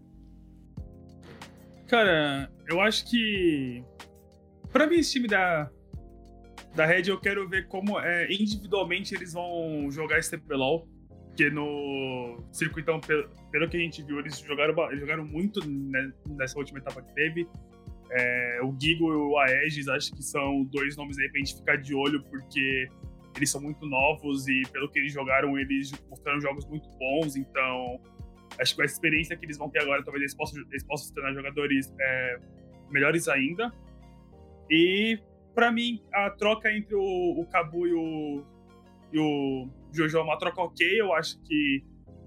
Cara, eu acho que... Pra mim, esse time da Red, eu quero ver como individualmente eles vão jogar esse CBLOL. Porque no circuitão, pelo que a gente viu, eles jogaram muito nessa última etapa que teve. O Gigo e o Aegis, acho que são dois nomes aí pra gente ficar de olho, porque eles são muito novos e pelo que eles jogaram, eles mostraram jogos muito bons. Então, acho que com a experiência que eles vão ter agora, talvez eles possam se tornar jogadores melhores ainda. E, pra mim, a troca entre o Cabu e o Jojo é uma troca ok. Eu acho que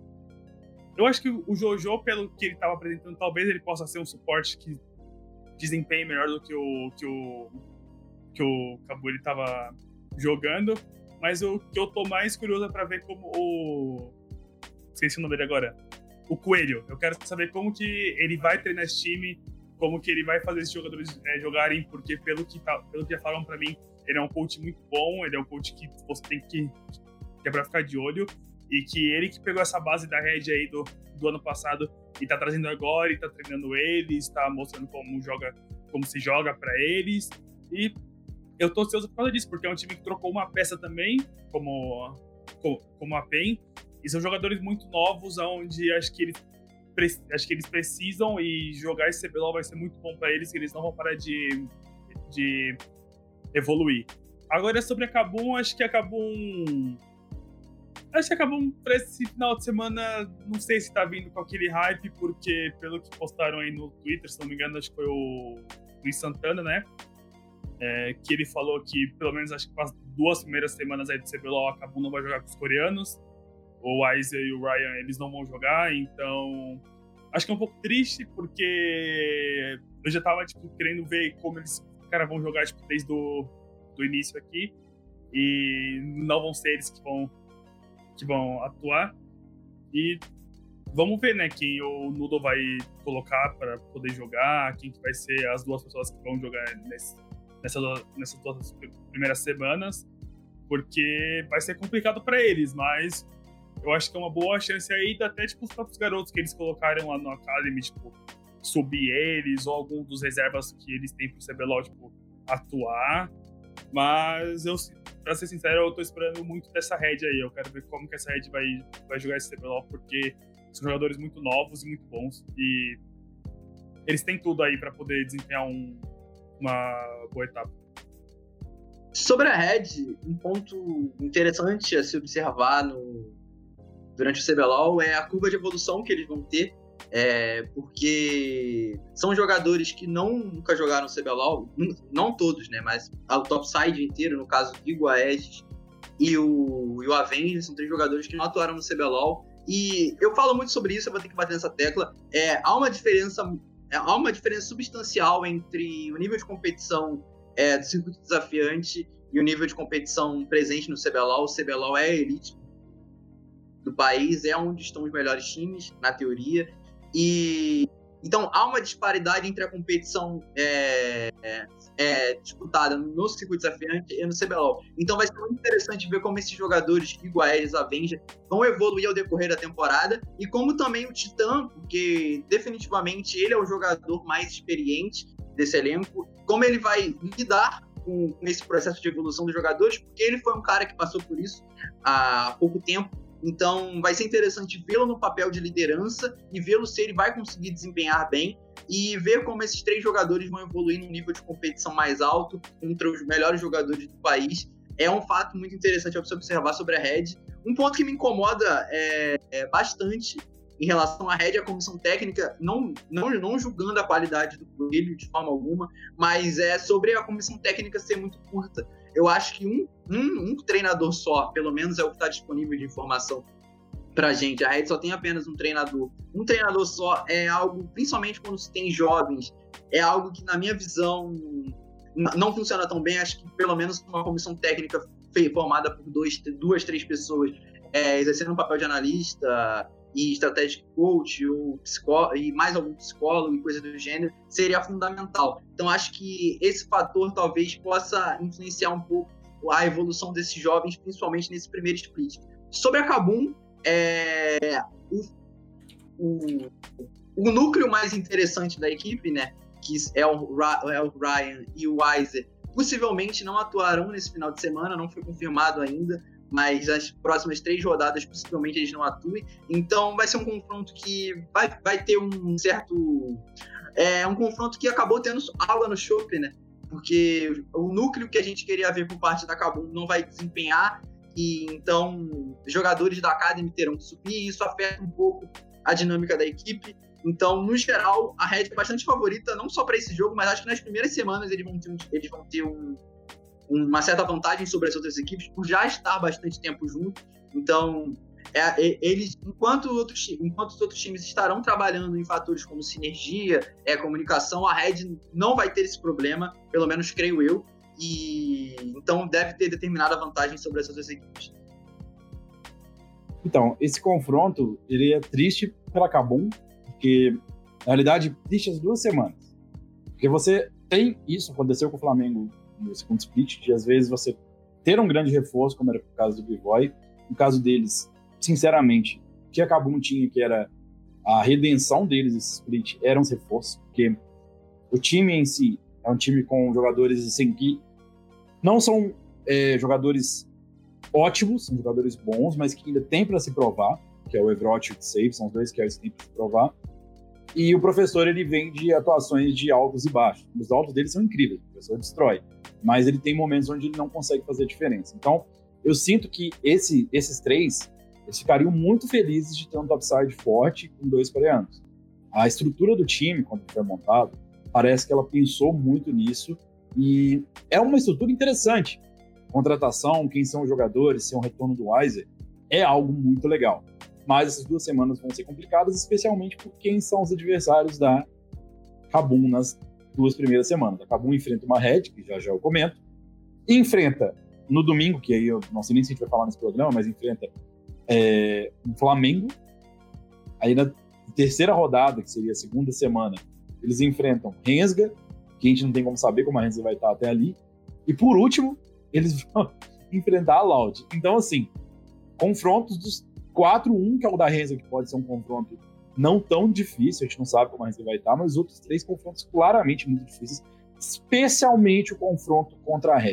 o Jojo, pelo que ele estava apresentando, talvez ele possa ser um suporte que desempenhe melhor do que o Cabu ele estava jogando. Mas o que eu tô mais curioso é pra ver como esqueci o nome dele agora. O Coelho. Eu quero saber como que ele vai treinar esse time, como que ele vai fazer esses jogadores jogarem, porque pelo que já falaram pra mim, ele é um coach muito bom, ele é um coach que você tem que é pra ficar de olho, e que ele que pegou essa base da Red aí do ano passado e tá trazendo agora, e tá treinando eles, tá mostrando como se joga pra eles, e eu tô ansioso por causa disso, porque é um time que trocou uma peça também, como a PEN, e são jogadores muito novos, onde acho que eles precisam, e jogar esse CBLOL vai ser muito bom pra eles, que eles não vão parar de evoluir. Agora, sobre a Kabum, acho que a Kabum pra esse final de semana, não sei se tá vindo com aquele hype, porque pelo que postaram aí no Twitter, se não me engano, acho que foi o Luiz Santana, né? Que ele falou que, pelo menos, acho que com as 2 primeiras semanas aí do CBLOL, a Kabum não vai jogar com os coreanos. O Aiza e o Ryan, eles não vão jogar, então... Acho que é um pouco triste, porque eu já tava, querendo ver como eles vão jogar, desde do início aqui. E não vão ser eles que vão atuar. E vamos ver, né, quem o Noodle vai colocar para poder jogar, quem que vai ser as 2 pessoas que vão jogar nessas 2 primeiras semanas, porque vai ser complicado para eles, mas eu acho que é uma boa chance aí, até os próprios garotos que eles colocaram lá no Academy, subir eles, ou algum dos reservas que eles têm pro CBLOL, atuar. Mas pra ser sincero, eu tô esperando muito dessa Red aí. Eu quero ver como que essa Red vai jogar esse CBLOL, porque são jogadores muito novos e muito bons. E eles têm tudo aí pra poder desempenhar uma boa etapa. Sobre a Red, um ponto interessante a se observar durante o CBLOL é a curva de evolução que eles vão ter, porque são jogadores que nunca jogaram CBLOL, não todos, né, mas o topside inteiro, no caso o Vigo, a Aegis e o Avenger, são 3 jogadores que não atuaram no CBLOL, e eu falo muito sobre isso, eu vou ter que bater nessa tecla. Há uma diferença substancial entre o nível de competição do circuito desafiante e o nível de competição presente no CBLOL. O CBLOL é a elite do país, é onde estão os melhores times, na teoria. E então há uma disparidade entre a competição disputada no circuito desafiante e no CBLOL. Então vai ser muito interessante ver como esses jogadores, Vigo, Aegis, Avenger, vão evoluir ao decorrer da temporada, e como também o Titã, porque definitivamente ele é o jogador mais experiente desse elenco, como ele vai lidar com esse processo de evolução dos jogadores, porque ele foi um cara que passou por isso há pouco tempo. Então vai ser interessante vê-lo no papel de liderança e vê-lo se ele vai conseguir desempenhar bem, e ver como esses 3 jogadores vão evoluir num nível de competição mais alto contra os melhores jogadores do país. É um fato muito interessante a se observar sobre a Red. Um ponto que me incomoda bastante em relação à Red é a comissão técnica, não julgando a qualidade do Coelho de forma alguma, mas é sobre a comissão técnica ser muito curta. Eu acho que um treinador só, pelo menos é o que está disponível de informação pra gente. A Red só tem apenas um treinador. Um treinador só é algo, principalmente quando se tem jovens, é algo que, na minha visão, não funciona tão bem. Acho que pelo menos uma comissão técnica formada por 2, 3 pessoas exercendo um papel de analista e strategic coach e mais algum psicólogo e coisa do gênero seria fundamental. Então acho que esse fator talvez possa influenciar um pouco a evolução desses jovens, principalmente nesse primeiro split. Sobre a KaBuM, o núcleo mais interessante da equipe, né, que é o Ryan e o Weiser, possivelmente não atuarão nesse final de semana, não foi confirmado ainda, mas as próximas 3 rodadas possivelmente eles não atuem. Então vai ser um confronto que vai ter um certo... um confronto que acabou tendo água no chope, né? Porque o núcleo que a gente queria ver por parte da KaBuM não vai desempenhar, e então jogadores da Academy terão que subir, e isso afeta um pouco a dinâmica da equipe. Então, no geral, a Red é bastante favorita, não só para esse jogo, mas acho que nas primeiras semanas eles vão ter uma certa vantagem sobre as outras equipes, por já estar bastante tempo junto. Então, eles, enquanto os outros times estarão trabalhando em fatores como sinergia, comunicação, a Red não vai ter esse problema, pelo menos creio eu, e então deve ter determinada vantagem sobre essas duas equipes. Então, esse confronto, ele é triste pela KaBuM, porque, na realidade, triste as 2 semanas. Porque você tem isso, aconteceu com o Flamengo no segundo split, de às vezes você ter um grande reforço, como era o caso do B-Boy. No caso deles, sinceramente, o que a KaBuM tinha, que era a redenção deles, esse split, eram os reforços, porque o time em si é um time com jogadores assim, que não são jogadores ótimos, são jogadores bons, mas que ainda tem para se provar, que é o Evrot e o Save, são os 2 que têm para se provar. E o professor, ele vem de atuações de altos e baixos. Os altos dele são incríveis, o professor destrói, mas ele tem momentos onde ele não consegue fazer a diferença. Então, eu sinto que esses 3, eles ficariam muito felizes de ter um topside forte com 2 coreanos. A estrutura do time, quando foi montado, parece que ela pensou muito nisso, e é uma estrutura interessante. Contratação, quem são os jogadores, se é um retorno do Weiser, é algo muito legal. Mas essas 2 semanas vão ser complicadas, especialmente por quem são os adversários da KaBuM nas 2 primeiras semanas. A KaBuM enfrenta uma Red, que já eu comento, e enfrenta no domingo, que aí eu não sei nem se a gente vai falar nesse programa, mas enfrenta um Flamengo. Aí na terceira rodada, que seria a segunda semana, eles enfrentam Rensga, que a gente não tem como saber como a Rensga vai estar até ali. E por último, eles vão enfrentar a Loud. Então, assim, confrontos dos 4-1, que é o da Rensga, que pode ser um confronto não tão difícil, a gente não sabe como a Rensga vai estar, mas os outros 3 confrontos claramente muito difíceis, especialmente o confronto contra a Red.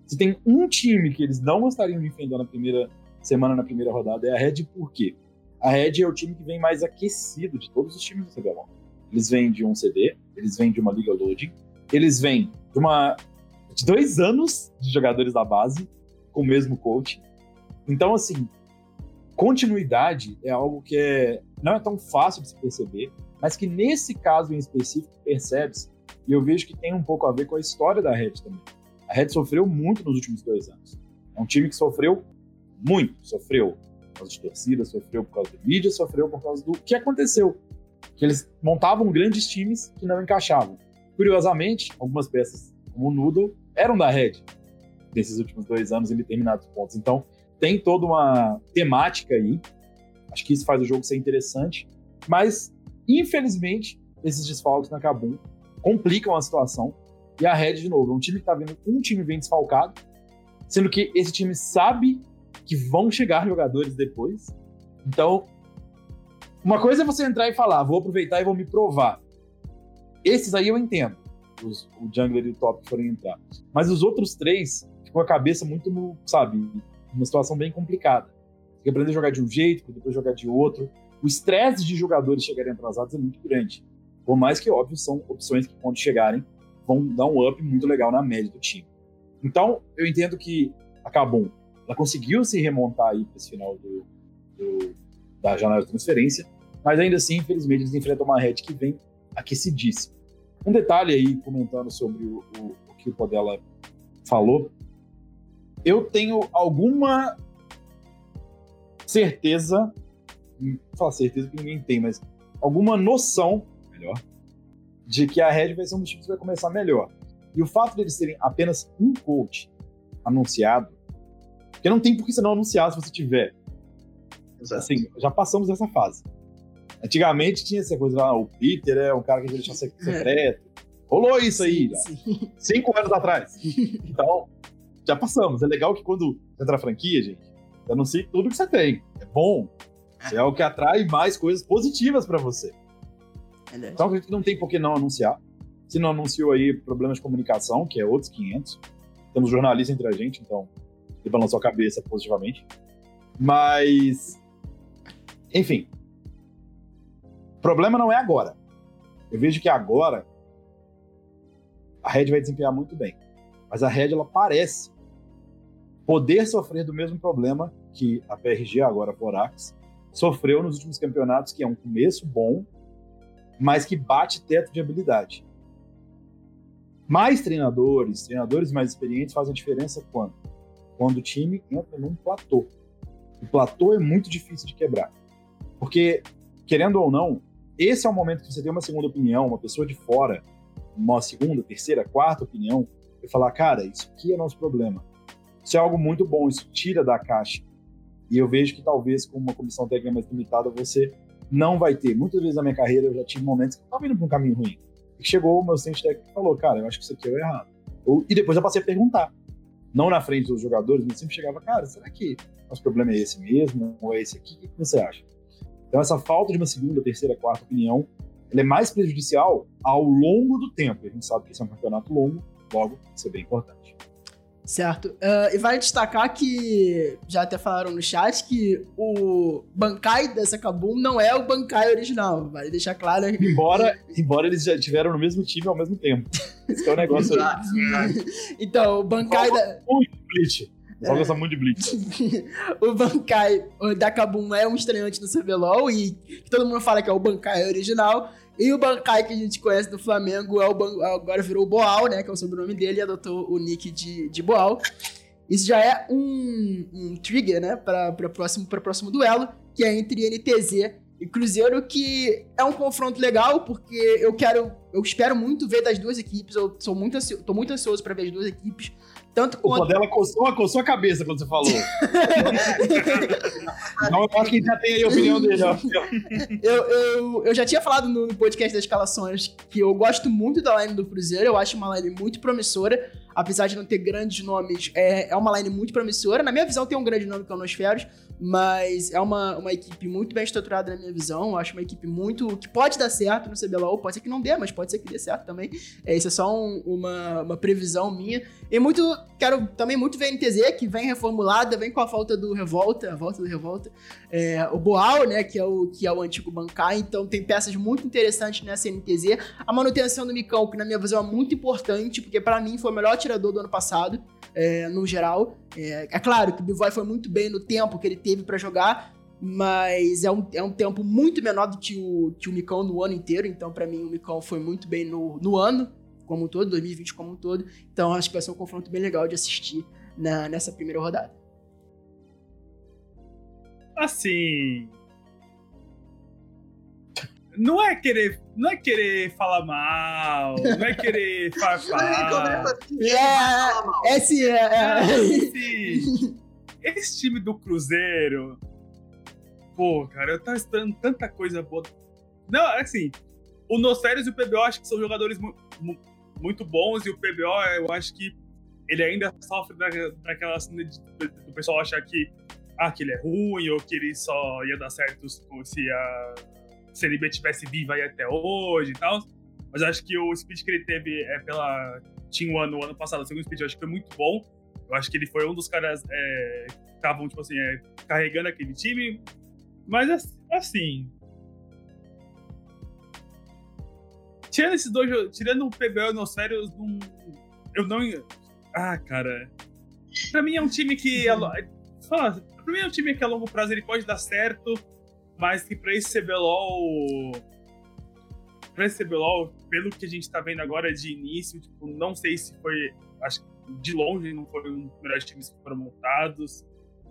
Se tem um time que eles não gostariam de enfrentar na primeira semana, na primeira rodada, é a Red. Por quê? A Red é o time que vem mais aquecido de todos os times do CBLOL. Eles vêm de um CD, eles vêm de uma Liga Loading, eles vêm de 2 anos de jogadores da base, com o mesmo coach. Então, assim, continuidade é algo que não é tão fácil de se perceber, mas que nesse caso em específico percebe-se, e eu vejo que tem um pouco a ver com a história da Red também. A Red sofreu muito nos últimos 2 anos. É um time que sofreu muito. Sofreu por causa de torcida, sofreu por causa de mídia, sofreu por causa do que aconteceu. Que eles montavam grandes times que não encaixavam. Curiosamente, algumas peças, como o Noodle, eram da Red nesses últimos 2 anos em determinados pontos. Então, tem toda uma temática aí. Acho que isso faz o jogo ser interessante. Mas, infelizmente, esses desfalques na Kabum complicam a situação. E a Red, de novo, é um time que tá vendo um time bem desfalcado, sendo que esse time sabe que vão chegar jogadores depois. Então, uma coisa é você entrar e falar, vou aproveitar e vou me provar. Esses aí eu entendo, o jungler e o top que forem entrar. Mas os outros 3 ficam a cabeça muito, numa situação bem complicada. Tem que aprender a jogar de um jeito, depois jogar de outro. O estresse de jogadores chegarem atrasados é muito grande. Por mais que, óbvio, são opções que, quando chegarem, vão dar um up muito legal na média do time. Então, eu entendo que a Kabum, ela conseguiu se remontar aí para esse final da janela de transferência, mas ainda assim, infelizmente, eles enfrentam uma Red que vem aquecidíssima. Um detalhe aí, comentando sobre o que o Podella falou, eu tenho alguma certeza, não vou falar certeza que ninguém tem, mas alguma noção, melhor, de que a Red vai ser um dos times que vai começar melhor. E o fato deles terem apenas um coach anunciado, porque não tem por que você não anunciar se você tiver. Exato. Assim, já passamos dessa fase. Antigamente tinha essa coisa lá, o Peter é um cara que a gente deixa secreto. Rolou isso aí, sim. 5 anos atrás. Então, já passamos. É legal que quando entra na franquia, gente, anuncie tudo que você tem. É bom. É o que atrai mais coisas positivas pra você. Então, acredito que não tem por que não anunciar. Se não anunciou aí, problemas de comunicação, que é outros 500. Temos jornalista entre a gente, então ele balançou a cabeça positivamente. Mas, enfim, o problema não é agora. Eu vejo que agora a Red vai desempenhar muito bem. Mas a Red, ela parece poder sofrer do mesmo problema que a PRG, agora a Vorax, sofreu nos últimos campeonatos, que é um começo bom, mas que bate teto de habilidade. Mais treinadores mais experientes fazem diferença quando o time entra num platô. O platô é muito difícil de quebrar. Porque, querendo ou não, esse é o momento que você tem uma segunda opinião, uma pessoa de fora, uma segunda, terceira, quarta opinião, e falar, cara, isso aqui é nosso problema. Isso é algo muito bom, isso tira da caixa. E eu vejo que talvez com uma comissão técnica mais limitada você não vai ter. Muitas vezes na minha carreira eu já tive momentos que eu estava indo para um caminho ruim. E chegou o meu assistente técnico e falou, cara, eu acho que isso aqui é o errado. E depois eu passei a perguntar. Não na frente dos jogadores, mas sempre chegava, cara, será que nosso problema é esse mesmo? Ou é esse aqui? O que você acha? Então essa falta de uma segunda, terceira, quarta opinião, ela é mais prejudicial ao longo do tempo. A gente sabe que esse é um campeonato longo, logo, isso é bem importante. Certo. E vale destacar que, já até falaram no chat, que o Bankai dessa Kabum não é o Bankai original. Vale deixar claro. Embora eles já estiveram no mesmo time ao mesmo tempo. Esse é o negócio aí. Então, o Bankai muito Bleach. Só gosta muito de Bleach. O Bankai da Kabum é um estreante no CBLOL e todo mundo fala que é o Bankai original. E o Bankai que a gente conhece do Flamengo agora virou o Boal, né? Que é o sobrenome dele, e adotou o nick de Boal. Isso já é um trigger, né? Para o próximo duelo, que é entre NTZ e Cruzeiro, que é um confronto legal, porque eu espero muito ver das duas equipes. Eu tô muito ansioso para ver as duas equipes. Tanto quanto... O Podella coçou a cabeça quando você falou. Não, eu acho que já tem aí a opinião dele. Eu já tinha falado no podcast das escalações que eu gosto muito da line do Cruzeiro. Eu acho uma line muito promissora. Apesar de não ter grandes nomes, é uma line muito promissora. Na minha visão, tem um grande nome que é o Nosferos. Mas é uma equipe muito bem estruturada na minha visão. Eu acho uma equipe muito... que pode dar certo no CBLOL. Pode ser que não dê, mas pode ser que dê certo também. Isso é só uma previsão minha. E quero também muito ver a NTZ, que vem reformulada, vem com a volta do Revolta, a volta do Revolta. O Boal, né, que é o antigo Bankai. Então tem peças muito interessantes nessa NTZ. A manutenção do Micão, que na minha visão é muito importante, porque pra mim foi o melhor atirador do ano passado. No geral. É claro que o B-Boy foi muito bem no tempo que ele teve pra jogar, mas é um tempo muito menor do que o Micão no ano inteiro, então pra mim o Micão foi muito bem no ano como um todo, 2020 como um todo, então acho que vai ser um confronto bem legal de assistir nessa primeira rodada. Assim... Não é querer falar mal, não é querer farfar. Sim. Esse time do Cruzeiro, pô, cara, eu tava esperando tanta coisa boa. Não, assim, o Nosferios e o PBO acho que são jogadores muito bons, e o PBO eu acho que ele ainda sofre daquela cena do pessoal achar que ele é ruim, ou que ele só ia dar certo se a NB tivesse viva aí até hoje e tal. Mas eu acho que o speed que ele teve pela Team One no ano passado, o segundo speed, eu acho que foi muito bom. Eu acho que ele foi um dos caras que estavam, tipo assim, carregando aquele time. Mas, assim... Tirando o PBO e o Nosferios, eu não... Ah, cara... Pra mim é um time que... Pra mim é um time que a longo prazo ele pode dar certo, mas que pra esse CBLOL, pelo que a gente tá vendo agora de início, tipo, não sei se foi, acho que de longe não foi um dos melhores times que foram montados.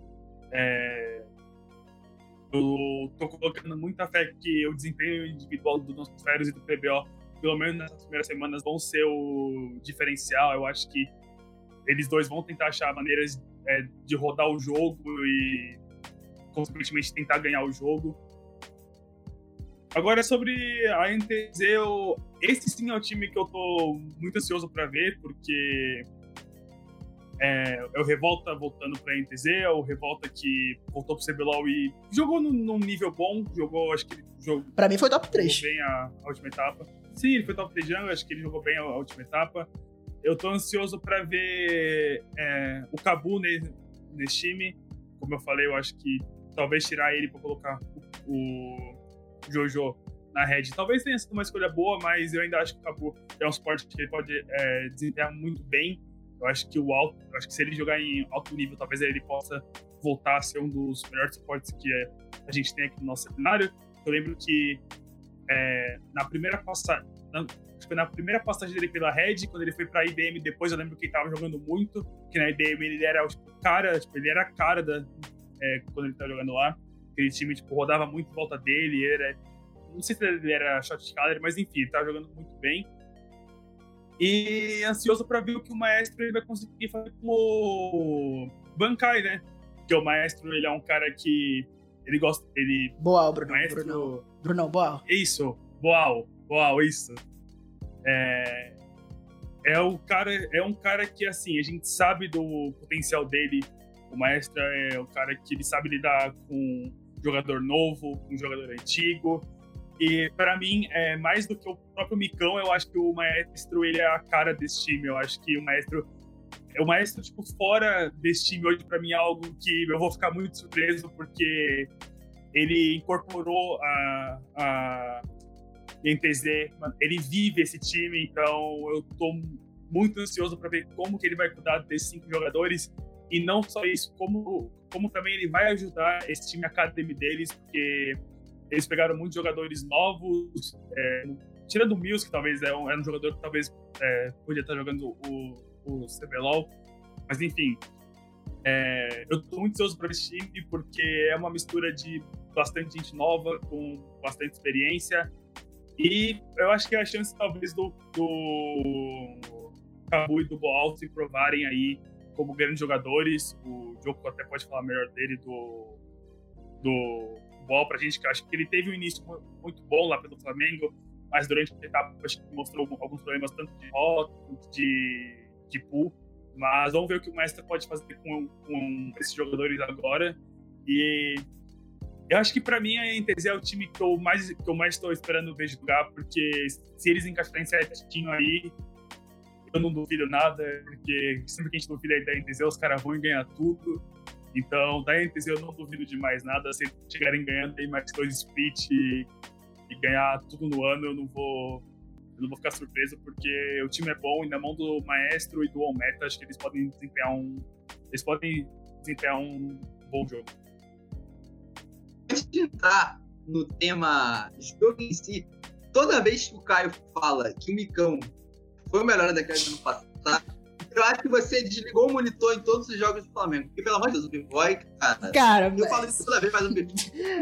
Eu tô colocando muita fé que o desempenho individual do Nosferios e do PBO, pelo menos nessas primeiras semanas, vão ser o diferencial. Eu acho que eles dois vão tentar achar maneiras de rodar o jogo e consequentemente tentar ganhar o jogo. Agora, sobre a NTZ, esse sim é o time que eu tô muito ansioso pra ver, porque é o Revolta voltando pra NTZ, é o Revolta que voltou pro CBLOL e jogou num nível bom, acho que ele jogou... Pra mim foi top 3. Jogou bem a última etapa. Sim, ele foi top 3 jungle, acho que ele jogou bem a última etapa. Eu tô ansioso pra ver o Cabu nesse time. Como eu falei, eu acho que talvez tirar ele pra colocar o Jojo na Red. Talvez tenha sido uma escolha boa, mas eu ainda acho que o Cabu é um suporte que ele pode desempenhar muito bem. Eu acho que se ele jogar em alto nível, talvez ele possa voltar a ser um dos melhores suportes que a gente tem aqui no nosso cenário. Eu lembro que na primeira passagem dele pela Red, quando ele foi pra IBM depois, eu lembro que ele tava jogando muito, que na IBM ele era ele era a cara quando ele tava jogando lá. Aquele time rodava muito em volta dele, não sei se ele era shot caller, mas enfim, ele tava jogando muito bem. E ansioso pra ver o que o Maestro ele vai conseguir fazer com o Bankai, né? Porque o Maestro, ele é um cara que ele gosta... Boal, Brunão, Boal. Isso, Boal, isso. É um cara que, assim, a gente sabe do potencial dele. O Maestro é um cara que ele sabe lidar com um jogador novo, com um jogador antigo. E, pra mim, mais do que o próprio Micão, eu acho que o Maestro, ele é a cara desse time. Eu acho que o Maestro, tipo, fora desse time hoje, pra mim, é algo que eu vou ficar muito surpreso, porque ele incorporou a NTZ, ele vive esse time, então eu tô muito ansioso pra ver como que ele vai cuidar desses 5 jogadores. E não só isso, como também ele vai ajudar esse time academy deles, porque eles pegaram muitos jogadores novos, tirando o Mills, que talvez era um jogador que talvez podia estar jogando o CBLOL, mas enfim, eu tô muito ansioso para esse time, porque é uma mistura de bastante gente nova, com bastante experiência, e eu acho que a chance talvez do Cabu e do Boal se provarem aí como grandes jogadores. O Joko até pode falar melhor dele, do Boal pra gente, que eu acho que ele teve um início muito bom lá pelo Flamengo, mas durante a etapa acho que mostrou alguns problemas tanto de rota quanto de pool. Mas vamos ver o que o Maestro pode fazer com esses jogadores agora. E eu acho que pra mim a NTZ é o time que eu mais estou esperando ver jogar, porque se eles encaixarem certinho aí, eu não duvido nada, porque sempre que a gente duvida da NTZ, os caras vão ganhar tudo. Então, da NTZ eu não duvido de mais nada. Se eles chegarem ganhando aí mais 2 split e ganhar tudo no ano, eu não vou ficar surpreso, porque o time é bom e na mão do Maestro e do Almeta, acho que eles podem desempenhar um bom jogo. Antes de entrar no tema jogo em si, toda vez que o Caio fala que o Micão foi o melhor daquele ano passado, eu acho que você desligou o monitor em todos os jogos do Flamengo. Porque, pelo amor de Deus, o B-Boy, cara, eu falo isso toda vez, mas o B-Boy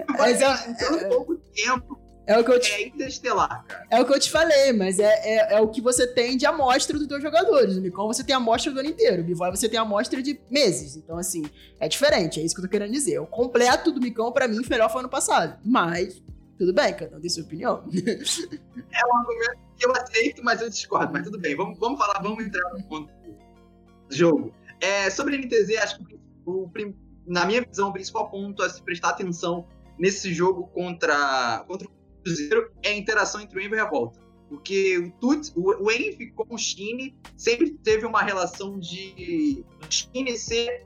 pouco tempo. É o que eu É interestelar, cara. É o que eu te falei, mas é o que você tem de amostra dos teus jogadores. No Micão você tem amostra do ano inteiro. O B-Boy você tem amostra de meses. Então, assim, é diferente. É isso que eu tô querendo dizer. O completo do Micão, pra mim, melhor foi ano passado. Mas, tudo bem, cada um tem sua opinião. É um argumento que eu aceito, mas eu discordo. Mas tudo bem, vamos falar, vamos entrar no ponto do jogo. Sobre a NTZ, acho que na minha visão, o principal ponto a se prestar atenção nesse jogo contra o Cruzeiro é a interação entre o Envy e a Revolta. Porque o Envy com o Shine sempre teve uma relação de o Shine ser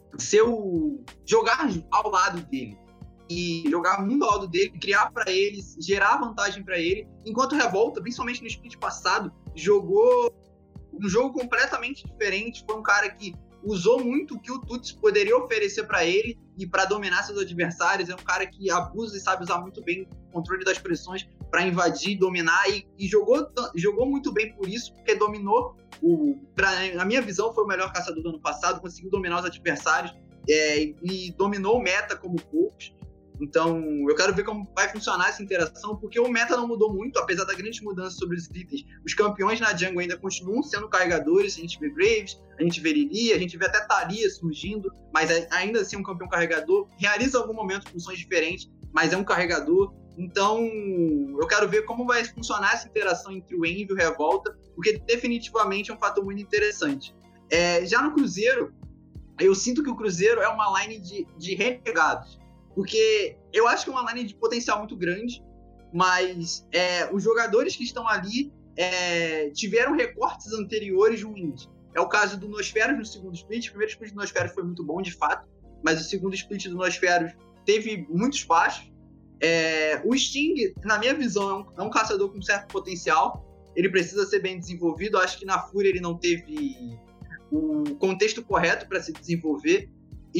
jogar ao lado dele. E jogar muito ao lado dele, criar para eles, gerar vantagem para ele. Enquanto o Revolta, principalmente no split passado, jogou um jogo completamente diferente. Foi um cara que usou muito o que o Tuts poderia oferecer para ele e para dominar seus adversários. É um cara que abusa e sabe usar muito bem o controle das pressões para invadir, dominar e jogou muito bem por isso, porque dominou na minha visão foi o melhor caçador do ano passado, conseguiu dominar os adversários e dominou o meta como poucos. Então, eu quero ver como vai funcionar essa interação, porque o meta não mudou muito, apesar da grande mudança sobre os itens. Os campeões na jungle ainda continuam sendo carregadores, a gente vê Graves, a gente vê Lili, a gente vê até Thalia surgindo, mas ainda assim é um campeão carregador, realiza em algum momento funções diferentes, mas é um carregador. Então, eu quero ver como vai funcionar essa interação entre o Envy e o Revolta, porque definitivamente é um fator muito interessante. Já no Cruzeiro, eu sinto que o Cruzeiro é uma line de renegados. Porque eu acho que é uma line de potencial muito grande, mas os jogadores que estão ali tiveram recortes anteriores ruins. É o caso do Nosferos no segundo split. O primeiro split do Nosferos foi muito bom, de fato, mas o segundo split do Nosferos teve muitos baixos. O Sting, na minha visão, é um caçador com certo potencial. Ele precisa ser bem desenvolvido. Eu acho que na Fúria ele não teve o contexto correto para se desenvolver.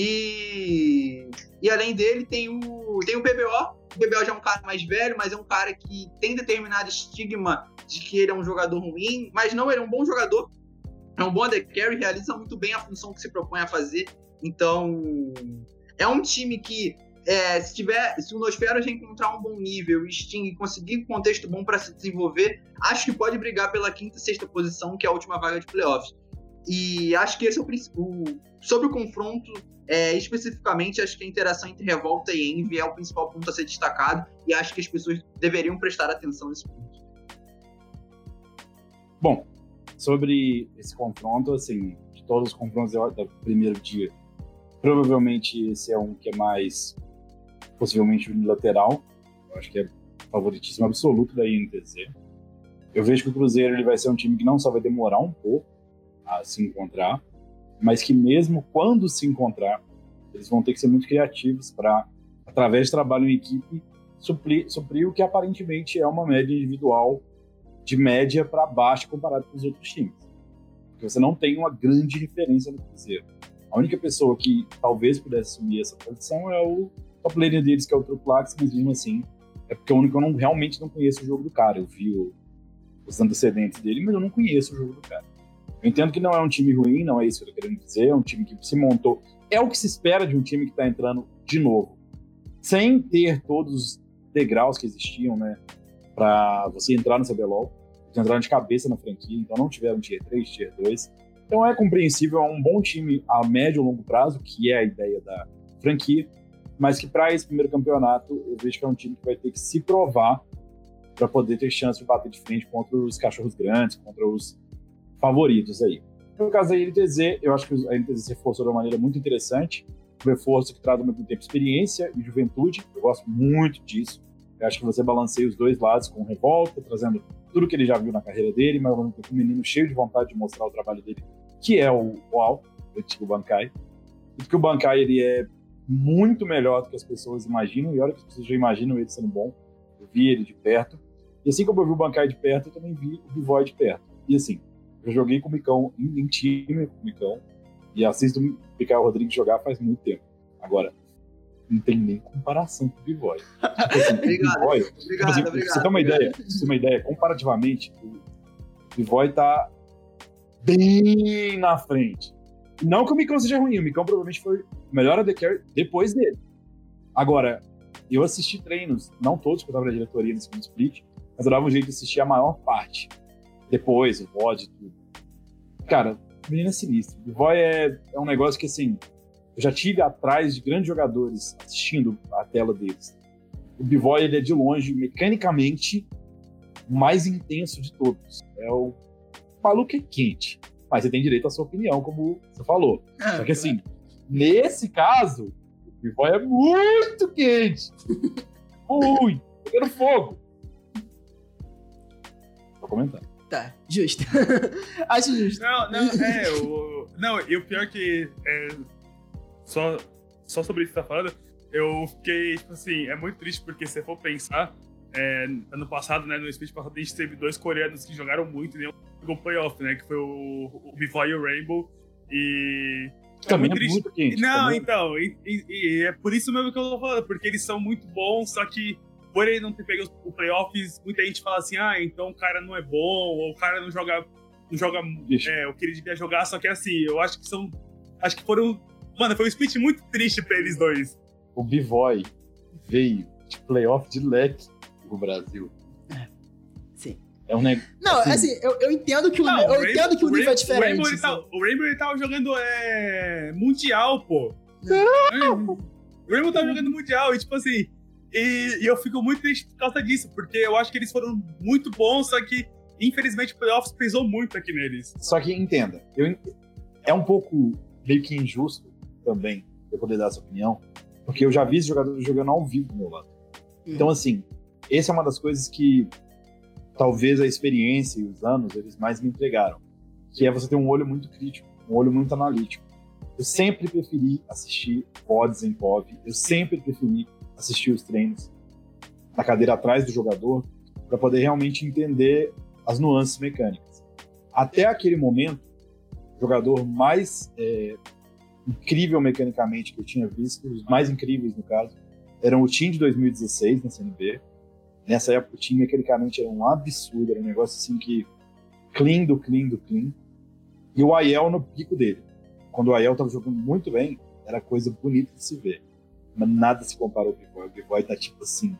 E além dele tem o PBO. O PBO já é um cara mais velho, mas é um cara que tem determinado estigma de que ele é um jogador ruim, mas não, ele é um bom jogador, é um bom AD Carry, realiza muito bem a função que se propõe a fazer. Então é um time que se o Nosferos encontrar um bom nível e o Sting conseguir um contexto bom para se desenvolver, acho que pode brigar pela 5ª e 6ª posição, que é a última vaga de playoffs. E acho que esse é o principal. Sobre o confronto, especificamente, acho que a interação entre Revolta e Envy é o principal ponto a ser destacado, e acho que as pessoas deveriam prestar atenção nesse ponto. Bom, sobre esse confronto, assim, de todos os confrontos do primeiro dia, provavelmente esse é um que é mais, possivelmente, unilateral. Eu acho que é favoritíssimo absoluto da INTZ. Eu vejo que o Cruzeiro ele vai ser um time que não só vai demorar um pouco a se encontrar, mas que mesmo quando se encontrar, eles vão ter que ser muito criativos para, através de trabalho em equipe, suprir o que aparentemente é uma média individual de média para baixo comparado com os outros times. Porque você não tem uma grande referência no Cruzeiro. A única pessoa que talvez pudesse assumir essa posição é o top laner deles, que é o Truplax, mas mesmo assim, é porque é o único que eu realmente não conheço o jogo do cara. Eu vi os antecedentes dele, mas eu não conheço o jogo do cara. Eu entendo que não é um time ruim, não é isso que eu tô querendo dizer, é um time que se montou. É o que se espera de um time que tá entrando de novo, sem ter todos os degraus que existiam, né, pra você entrar no CBLOL. Eles entraram de cabeça na franquia, então não tiveram Tier 3, Tier 2. Então é compreensível, é um bom time a médio e longo prazo, que é a ideia da franquia, mas que para esse primeiro campeonato eu vejo que é um time que vai ter que se provar para poder ter chance de bater de frente contra os cachorros grandes, contra os favoritos aí. No caso da NTZ, eu acho que a NTZ se reforçou de uma maneira muito interessante. reforço que traz ao mesmo tempo experiência e juventude. Eu gosto muito disso. Eu acho que você balanceia os dois lados com revolta, trazendo tudo que ele já viu na carreira dele, mas ao mesmo tempo um menino cheio de vontade de mostrar o trabalho dele, que é o Al, o antigo Bankai. Porque o Bankai, ele é muito melhor do que as pessoas imaginam, e olha que as pessoas já imaginam ele sendo bom. Eu vi ele de perto. E assim como eu vi o Bankai de perto, eu também vi o B-Boy de perto. E assim, eu joguei com o Micão, em time com o Micão, e assisto o Mikael Rodrigues jogar faz muito tempo. Agora, não tem nem comparação com o B-Boy. Tipo assim, Obrigado. Obrigado. Você tem uma ideia, comparativamente, o B-Boy tá bem na frente. Não que o Micão seja ruim, o Micão provavelmente foi o melhor AD Carry depois dele. Agora, eu assisti treinos, não todos, porque eu tava na diretoria no segundo split, mas eu dava um jeito de assistir a maior parte. Depois, o VOD e tudo. Cara, o menino é sinistro. O B-Boy é um negócio que, assim, eu já tive atrás de grandes jogadores assistindo a tela deles. O B-Boy, ele é de longe, mecanicamente, o mais intenso de todos. O maluco é quente, mas você tem direito à sua opinião, como você falou. Só que, assim, nesse caso, o B-Boy é muito quente. Muito. Pegando fogo. Vou comentar. Tá, justo. Acho justo. Não, e o pior que só sobre isso que você tá falando, eu fiquei, tipo assim, é muito triste porque se você for pensar, ano passado, né, no split passado, a gente teve 2 coreanos que jogaram muito e nenhum jogou playoff, né, que foi o B-Boy e o Rainbow, e... Também é muito quente. Não, também. então, e é por isso mesmo que eu tô falando, porque eles são muito bons, só que por ele não ter pego o playoffs, muita gente fala assim, então o cara não é bom, ou o cara não joga o que ele devia jogar, só que assim, eu acho que foram... Mano, foi um split muito triste pra eles dois. O B-Boy veio de playoff de leque pro Brasil. Sim. É um negócio... Não, assim, eu entendo que eu entendo que o nível é diferente. O Rainbow ele tava jogando Mundial, pô. O Rainbow tava jogando Mundial, e tipo assim... E eu fico muito triste por causa disso, porque eu acho que eles foram muito bons, só que, infelizmente, o playoffs pesou muito aqui neles. Só que, entenda, é um pouco meio que injusto também eu poder dar essa opinião, porque eu já vi esse jogador jogando ao vivo do meu lado. Então, assim, essa é uma das coisas que talvez a experiência e os anos, eles mais me entregaram, que é você ter um olho muito crítico, um olho muito analítico. Eu sempre preferi assistir VODs em POV, eu sempre preferi assistir os treinos na cadeira atrás do jogador para poder realmente entender as nuances mecânicas. Até aquele momento, o jogador mais incrível mecanicamente que eu tinha visto, os mais incríveis no caso, eram o Team de 2016 na CNB. Nessa época o Team mecanicamente era um absurdo, era um negócio assim que clean do clean. E o Aiel no pico dele. Quando o Aiel estava jogando muito bem, era coisa bonita de se ver. Mas nada se compara ao B-Boy. O B-Boy tá, tipo assim,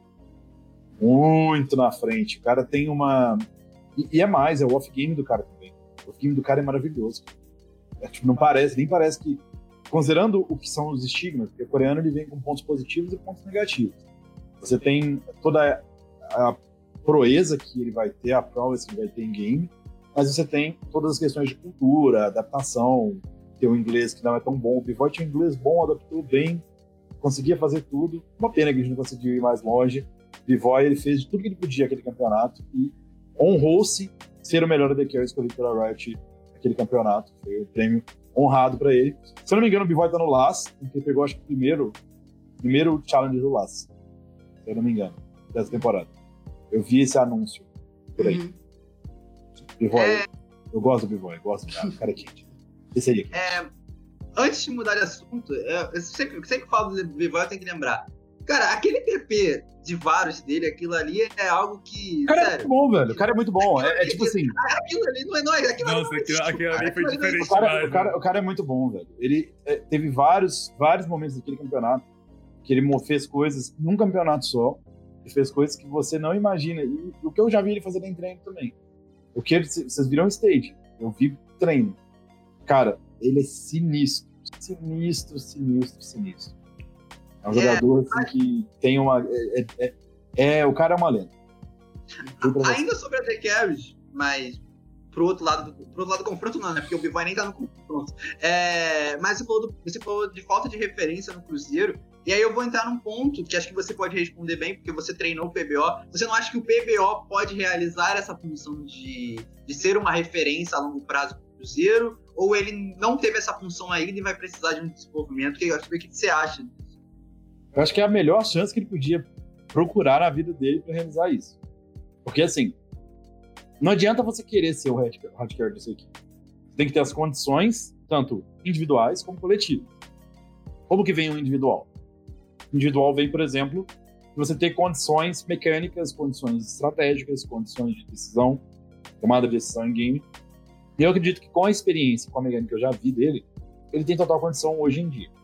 muito na frente. O cara tem uma... E é mais, é o off-game do cara também. O off-game do cara é maravilhoso. Tipo, nem parece que... Considerando o que são os estigmas, porque o coreano ele vem com pontos positivos e pontos negativos. Você tem toda a proeza que ele vai ter, a prowess que ele vai ter em game, mas você tem todas as questões de cultura, adaptação, ter um inglês que não é tão bom. O B-Boy tinha um inglês bom, adaptou bem, conseguia fazer tudo. Uma pena que a gente não conseguiu ir mais longe. O B-Boy, ele fez tudo que ele podia naquele campeonato e honrou-se ser o melhor AD Carry escolhido pela Riot naquele campeonato. Foi um prêmio honrado pra ele. Se eu não me engano, o B-Boy tá no LAS, porque pegou, acho que o primeiro challenge do LAS. Se eu não me engano, dessa temporada. Eu vi esse anúncio por aí. B-Boy, eu gosto do B-Boy, gosto do cara é quente. Esse aí. Antes de mudar de assunto, eu sempre que falo do B-Boy, eu tenho que lembrar. Cara, aquele TP de Varus dele, aquilo ali é algo que... O cara sério, é muito bom, velho. O cara é muito bom. É tipo assim... Aquilo ali não é nóis. Nossa, aquilo ali foi diferente. O cara é muito bom, velho. Ele teve vários momentos daquele campeonato que ele fez coisas num campeonato só. Ele fez coisas que você não imagina. E o que eu já vi ele fazer em treino também. O que vocês viram stage. Eu vi treino. Cara, ele é sinistro. Sinistro. É um jogador assim, que tem uma... o cara é uma lenda. Ainda sobre a The Carries, mas pro outro lado do confronto, não, né? Porque o B-Boy nem tá no confronto. Mas você falou de falta de referência no Cruzeiro. E aí eu vou entrar num ponto que acho que você pode responder bem, porque você treinou o PBO. Você não acha que o PBO pode realizar essa função de ser uma referência a longo prazo pro Cruzeiro? Ou ele não teve essa função ainda e vai precisar de um desenvolvimento? O que você acha? Eu acho que é a melhor chance que ele podia procurar na vida dele para realizar isso. Porque, assim, não adianta você querer ser o hardcore dessa equipe. Você tem que ter as condições, tanto individuais como coletivas. Como que vem o individual? O individual vem, por exemplo, de você ter condições mecânicas, condições estratégicas, condições de decisão, tomada de decisão em game. E eu acredito que com a experiência, com a mecânica que eu já vi dele, ele tem total condição hoje em dia.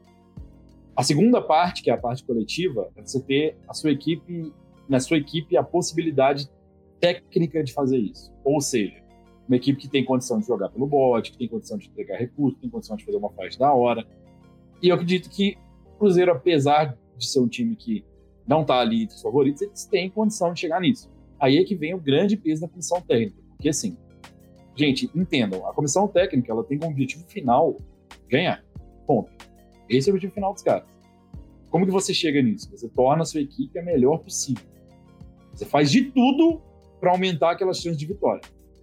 A segunda parte, que é a parte coletiva, é você ter na sua equipe a possibilidade técnica de fazer isso. Ou seja, uma equipe que tem condição de jogar pelo bot, que tem condição de entregar recursos, que tem condição de fazer uma faixa da hora. E eu acredito que o Cruzeiro, apesar de ser um time que não está ali entre os favoritos, eles têm condição de chegar nisso. Aí é que vem o grande peso da comissão técnica. Porque, assim, gente, entendam, a comissão técnica ela tem como objetivo final ganhar. Ponto. Esse é o objetivo final dos caras. Como que você chega nisso? Você torna a sua equipe a melhor possível. Você faz de tudo para aumentar aquelas chances de vitória.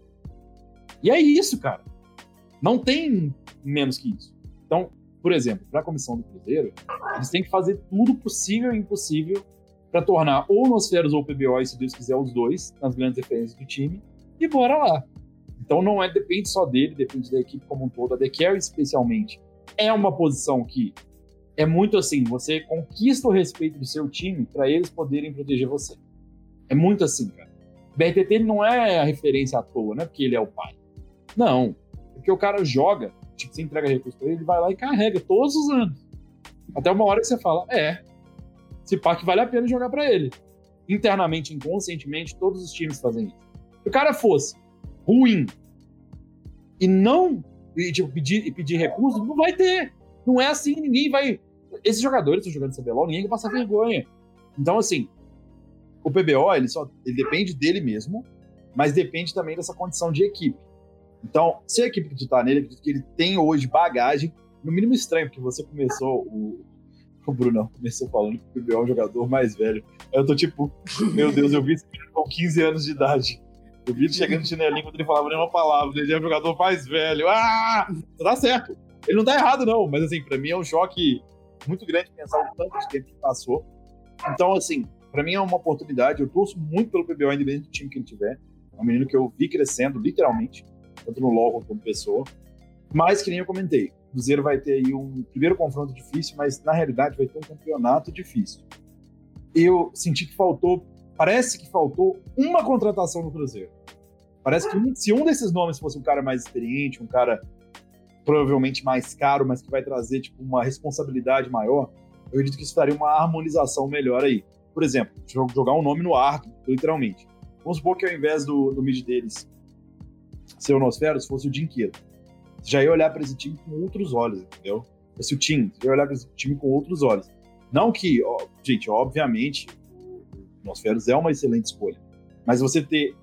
E é isso, cara. Não tem menos que isso. Então, por exemplo, para a comissão do Cruzeiro, eles têm que fazer tudo possível e impossível para tornar ou o Nosferos ou o PBO, e se Deus quiser, os dois, nas grandes referências do time, e bora lá. Então depende só dele, depende da equipe como um todo. A The Carry, especialmente, é uma posição que é muito assim, você conquista o respeito do seu time para eles poderem proteger você. É muito assim, cara. O BRTT ele não é a referência à toa, não é porque ele é o pai. Não, porque o cara joga, tipo, você entrega recurso pra ele, ele vai lá e carrega todos os anos. Até uma hora que você fala, esse parque vale a pena jogar pra ele. Internamente, inconscientemente, todos os times fazem isso. Se o cara fosse ruim e tipo, pedir recurso, não vai ter. Não é assim, ninguém vai... Esses jogadores estão jogando CBLOL, ninguém vai passar vergonha. Então, assim, o PBO, ele depende dele mesmo, mas depende também dessa condição de equipe. Então, se a equipe acreditar nele, acredito que ele tem hoje bagagem, no mínimo estranho, porque você começou, o Bruno começou falando que o PBO é um jogador mais velho. Eu tô tipo, meu Deus, eu vi esse menino com 15 anos de idade. Eu vi ele chegando de chinelinho quando ele falava nenhuma palavra, ele é um jogador mais velho. Tá certo. Ele não tá errado, não, mas assim, pra mim é um choque muito grande pensar o tanto de tempo que passou. Então, assim, pra mim é uma oportunidade, eu torço muito pelo PBO, independente do time que ele tiver. É um menino que eu vi crescendo, literalmente, tanto no LoL quanto como pessoa. Mas, que nem eu comentei, o Cruzeiro vai ter aí um primeiro confronto difícil, mas na realidade vai ter um campeonato difícil. Eu senti que parece que faltou uma contratação no Cruzeiro. Parece que se um desses nomes fosse um cara mais experiente, um cara provavelmente mais caro, mas que vai trazer tipo, uma responsabilidade maior, eu acredito que isso daria uma harmonização melhor aí. Por exemplo, jogar um nome no ar, literalmente. Vamos supor que ao invés do mid deles ser o Nosferos, fosse o Dinqueiro. Você já ia olhar para esse time com outros olhos, entendeu? Esse time, você ia olhar para esse time com outros olhos. Não que, gente, obviamente, o Nosferos é uma excelente escolha, mas você ter...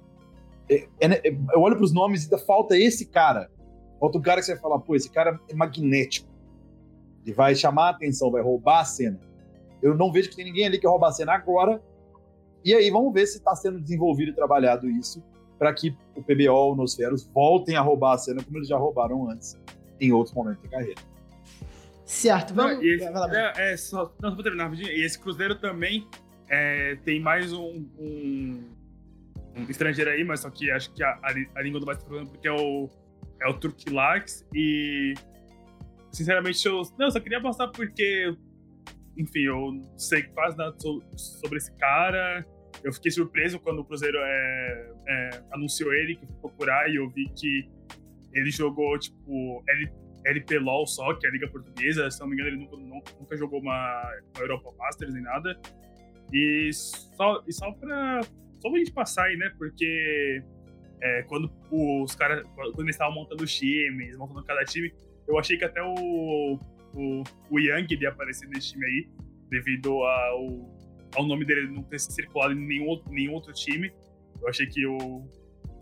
eu olho para os nomes e ainda falta esse cara. Falta um cara que você vai falar, pô, esse cara é magnético. Ele vai chamar a atenção, vai roubar a cena. Eu não vejo que tem ninguém ali que rouba a cena agora. E aí, vamos ver se está sendo desenvolvido e trabalhado isso para que o PBO, o Nosferos, voltem a roubar a cena como eles já roubaram antes, em outros momentos da carreira. Certo, vamos... Só vou terminar rapidinho. E esse Cruzeiro também tem mais um estrangeiro aí, mas só que acho que a língua do mais falando porque é o Turkilax e sinceramente eu só queria postar porque enfim, eu não sei quase nada sobre esse cara. Eu fiquei surpreso quando o Cruzeiro anunciou ele, que eu fui procurar e eu vi que ele jogou tipo LP LOL só, que é a Liga Portuguesa. Se não me engano, ele nunca jogou uma Europa Masters nem nada. E só pra gente passar aí, né? Porque quando os caras, quando eles estavam montando os times, montando cada time, eu achei que até o Yang ia aparecer nesse time aí, devido ao nome dele não ter circulado em nenhum outro time. Eu achei que o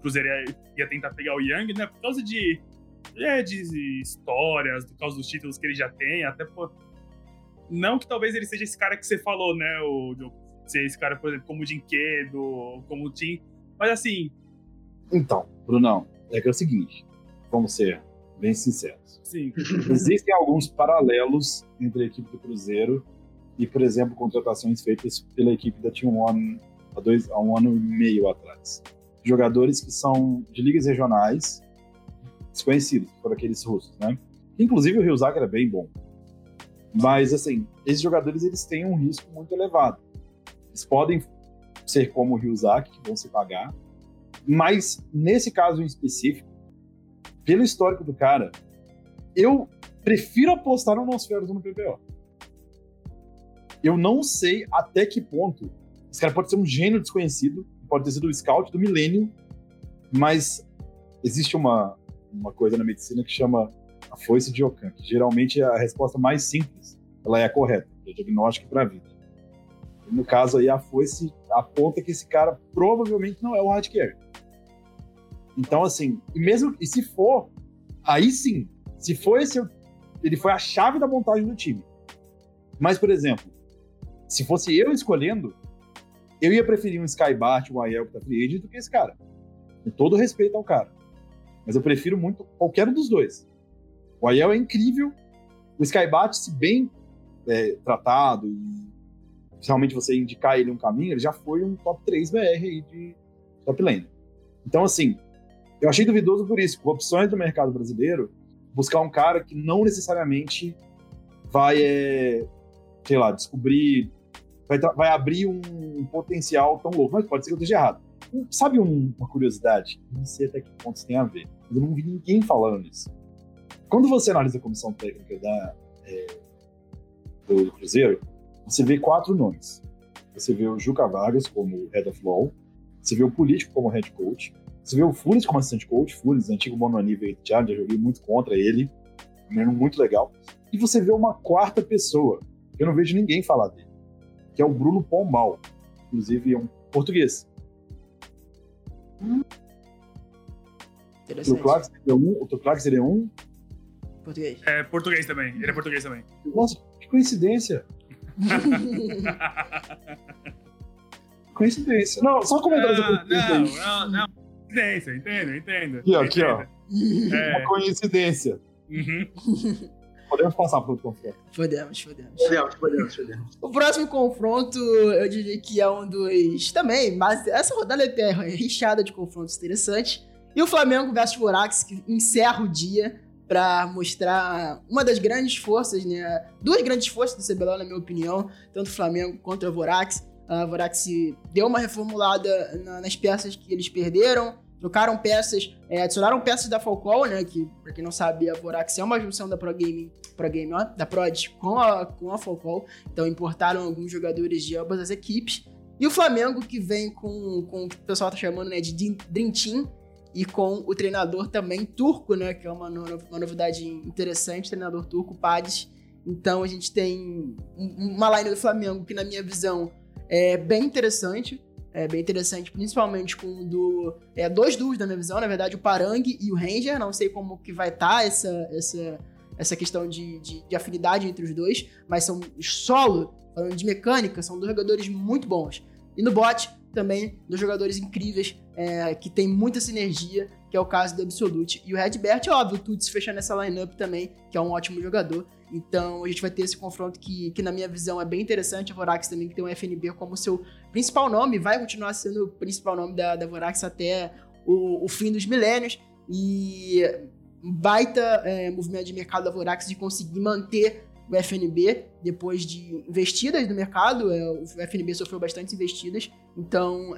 Cruzeiro ia tentar pegar o Young, né? Por causa de histórias, por causa dos títulos que ele já tem, até por... Não que talvez ele seja esse cara que você falou, né? Ser esse cara, por exemplo, como o Dinquedo, como o Tim. Mas assim... Então, Brunão, é que é o seguinte, vamos ser bem sinceros. Sim. Existem alguns paralelos entre a equipe do Cruzeiro e, por exemplo, contratações feitas pela equipe da Team One há um ano e meio atrás. Jogadores que são de ligas regionais desconhecidos por aqueles russos, né? Inclusive o Ryuzaki era bem bom. Mas, assim, esses jogadores eles têm um risco muito elevado. Eles podem ser como o Ryuzaki, que vão se pagar, mas, nesse caso em específico, pelo histórico do cara, eu prefiro apostar no Nosferatu no PPO. Eu não sei até que ponto esse cara pode ser um gênio desconhecido, pode ter sido o scout do milênio, mas existe uma coisa na medicina que chama a foice de Ockham, que geralmente é a resposta mais simples, ela é a correta, é o diagnóstico para a vida. E no caso aí, a foice aponta que esse cara provavelmente não é o hard carry. Então, assim, e se for, aí sim, se for ele foi a chave da montagem do time. Mas, por exemplo, se fosse eu escolhendo, eu ia preferir um Skybart, um Aiel que tá free agent do que esse cara. Com todo respeito ao cara. Mas eu prefiro muito qualquer um dos dois. O Aiel é incrível, o Skybart, se bem tratado e realmente você indicar ele um caminho, ele já foi um top 3 BR aí de top lane. Então, assim, eu achei duvidoso por isso, com opções do mercado brasileiro, buscar um cara que não necessariamente vai, sei lá, descobrir, vai abrir um potencial tão louco, mas pode ser que eu esteja errado. Sabe uma curiosidade? Não sei até que ponto isso tem a ver, mas eu não vi ninguém falando isso. Quando você analisa a comissão técnica do Cruzeiro, você vê 4 nomes. Você vê o Juca Vargas como Head of Law, você vê o Político como Head Coach, você vê o Funes como assistente coach, Funes, antigo mononível de Charlie, já joguei muito contra ele, menino muito legal. E você vê uma 4ª pessoa, que eu não vejo ninguém falar dele, que é o Bruno Pombal, inclusive é um português. Interessante. O Tuclax seria um? Português. É português também, ele é português também. Nossa, que coincidência. Coincidência. Não, só comentários da coincidência. Não. Entendo. Aqui, ó. Uma coincidência. Uhum. Podemos passar para outro confronto. Podemos. Podemos. O próximo confronto, eu diria que é um dos também, mas essa rodada é recheada de confrontos interessantes. E o Flamengo versus Vorax, que encerra o dia para mostrar uma das grandes forças, né? 2 grandes forças do CBLOL, na minha opinião, tanto o Flamengo quanto a Vorax. A Vorax deu uma reformulada nas peças que eles perderam, trocaram peças, adicionaram peças da Falcão, né? Que, pra quem não sabe, a Vorax é uma junção da da Prod com a Falcão. Então importaram alguns jogadores de ambas as equipes. E o Flamengo, que vem com o que o pessoal tá chamando, né, de Dream Team, e com o treinador também turco, né? Que é uma novidade interessante, treinador turco, Pades. Então a gente tem uma line do Flamengo que, na minha visão, é bem interessante, principalmente com dois duos, na minha visão, na verdade, o Parang e o Ranger. Não sei como que vai estar essa questão de afinidade entre os dois, mas são solo, falando de mecânica, são 2 jogadores muito bons. E no bot, também, 2 jogadores incríveis, que tem muita sinergia, que é o caso do Absolute. E o Redbert, óbvio, o Tuts fechando essa lineup também, que é um ótimo jogador. Então a gente vai ter esse confronto que na minha visão é bem interessante. A Vorax também, que tem o FNB como seu principal nome, vai continuar sendo o principal nome da Vorax até o fim dos milênios. E baita movimento de mercado da Vorax de conseguir manter o FNB depois de investidas no mercado. O FNB sofreu bastante investidas, então